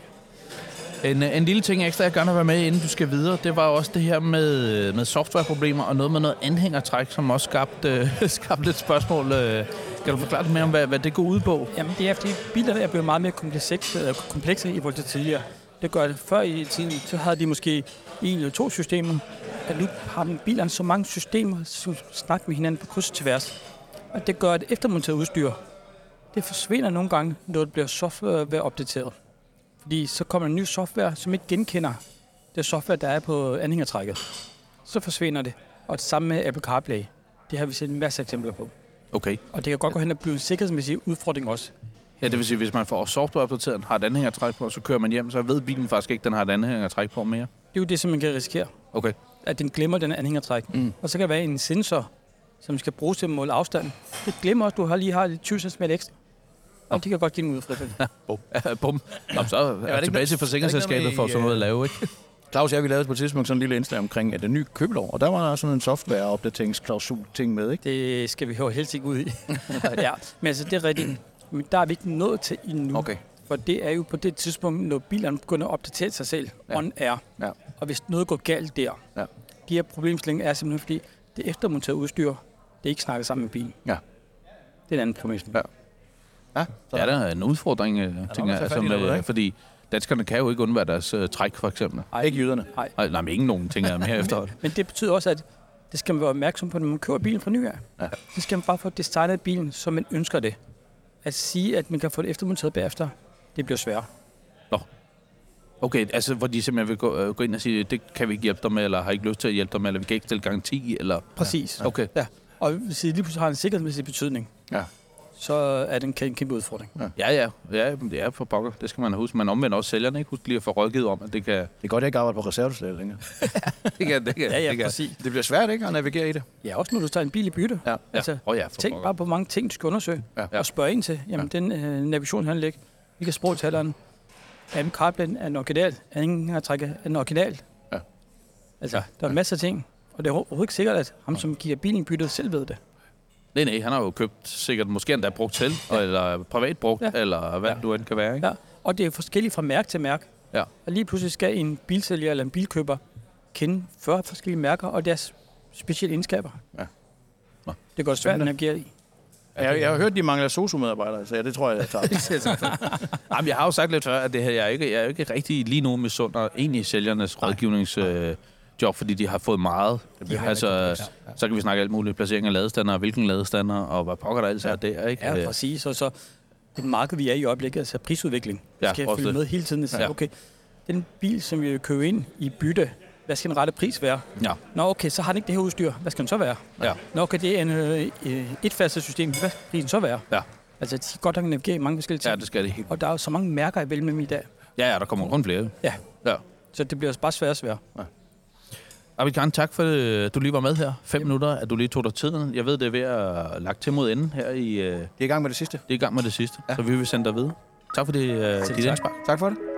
En lille ting ekstra, jeg gerne vil være med, inden du skal videre, det var også det her med softwareproblemer og noget anhængertræk, som også skabte et spørgsmål. Kan du forklare lidt mere om, hvad det går ud på? Jamen, det er fordi bilerne er blevet meget mere komplekse i forhold til tidligere. Det gør det. Før i tiden, så havde de måske 1 eller 2 systemer. Og nu har bilerne så mange systemer, som snakker med hinanden på kryds og tværs. Og det gør, at eftermonteret udstyr, det forsvinder nogle gange, når det bliver software opdateret. Fordi så kommer en ny software, som ikke genkender det software, der er på anhængertrækket. Så forsvinder det. Og det samme med Apple CarPlay. Det har vi set en masse eksempler på. Okay. Og det kan godt gå hen og blive en sikkerhedsmæssig udfordring også. Ja, det vil sige, hvis man får softwareopdateret, har et anhængertræk på, så kører man hjem, så ved bilen faktisk ikke, at den har et anhængertræk på mere. Det er jo det, som man kan risikere. Okay. At den glemmer den anhængertræk. Og så kan der være en sensor, som skal bruges til at måle afstanden. Det glemmer også, at du lige har 20 cm ekstra. Og det kan godt give en udfordring. Bum. Nå, så er jeg tilbage til forsikringsselskabet for sådan noget at lave, ikke? Claus og jeg, vi lavede på et tidspunkt sådan en lille indslag omkring den nye købelov, og der var der sådan en software-opdateringsklausul-ting med, ikke? Det skal vi jo helst ikke ud i. Ja, men altså det er rigtigt. Men der er vi ikke nået til endnu. Okay. For det er jo på det tidspunkt, når bilerne begynder at opdatere sig selv, on air. Ja. Og hvis noget går galt der, de her problemstillinger er simpelthen fordi, det eftermonterede udstyr, det ikke snakker sammen med bilen. Ja. Det er en anden problemstilling. Ja, der er en udfordring, tænker jeg, fordi danskerne kan jo ikke undvære deres træk, for eksempel. Nej, ikke jyderne. Nej, men ingen nogen, tænker jeg, mere efterhånden. Men det betyder også, at det skal man være opmærksom på, når man køber bilen fra ny af. Ja. Det skal man bare få designet bilen, som man ønsker det. At sige, at man kan få det eftermonteret bagefter, det bliver svært. Nå. Okay, altså hvor de simpelthen vil gå ind og sige, det kan vi ikke hjælpe dig med, eller har ikke lyst til at hjælpe dig med, eller vi kan ikke stille garanti, eller... Præcis. Okay. Ja. Og hvis det lige pludselig har en sikkerhedsmæssig betydning, så er det en kæmpe udfordring. Ja, det er for pokker. Det skal man huske. Man omvender også sælgerne, ikke? Husk lige at få rådgivet om, at det kan... Det er godt, jeg ikke arbejder på reservedelslæge længere. det kan. Præcis. Det bliver svært, ikke, at navigere i det. Ja, også når du tager en bil i bytte. Ja. Altså, tænk bare på, hvor mange ting, du skal undersøge. Og spørge ind til. Jamen, den navigationsanlæg, hvilke sprogtaleren, er CarPlay er den original, er ingen trækker er den original. Ja. Altså, der er masser af ting. Og det er overhovedet ikke sikkert, at ham, som giver bilen byttet, selv ved det. Nej, han har jo købt sikkert måske endda brugt selv, eller privat brugt, eller hvad du end kan være, ikke? Ja, og det er forskelligt fra mærke til mærke. Ja. Og lige pludselig skal en bilsælger eller en bilkøber kende 40 forskellige mærker og deres specielle egenskaber. Ja. Det går svært at navigere i. Jeg har hørt, de mangler sosu-medarbejdere, så det tror jeg tager. Jamen, jeg har jo sagt lidt før, at det her, jeg er ikke rigtig lige nu med sund og egentlig sælgernes rådgivningsjob, fordi de har fået meget. Så kan vi snakke alt muligt. Placering af ladestander, hvilken ladestander, og hvad pokker der ellers er der, ikke? Ja, præcis. Og så det marked, vi er i øjeblikket, altså prisudvikling. Vi skal følge med hele tiden og sige, okay, den bil, som vi køber ind i bytte, hvad skal den rette pris være? Ja. Nå, okay, så har den ikke det her udstyr. Hvad skal den så være? Ja. Nå, okay, det er et fastet system. Hvad skal den så være? Ja. Altså, de kan godt nok navigere i mange forskellige ting. Ja, det skal det helt. Og der er jo så mange mærker imellem i dag. Ja, der kommer kun flere. Ja. Ja. Så det bliver bare svært og svært. Ja. Abid, tak for, at du lige var med her. 5 minutter, at du lige tog dig tiden. Jeg ved, det er ved at lagt til mod enden her i... Det er i gang med det sidste. Det er i gang med det sidste, så vi vil sende dig videre. Tak for dit indspark. Tak for det.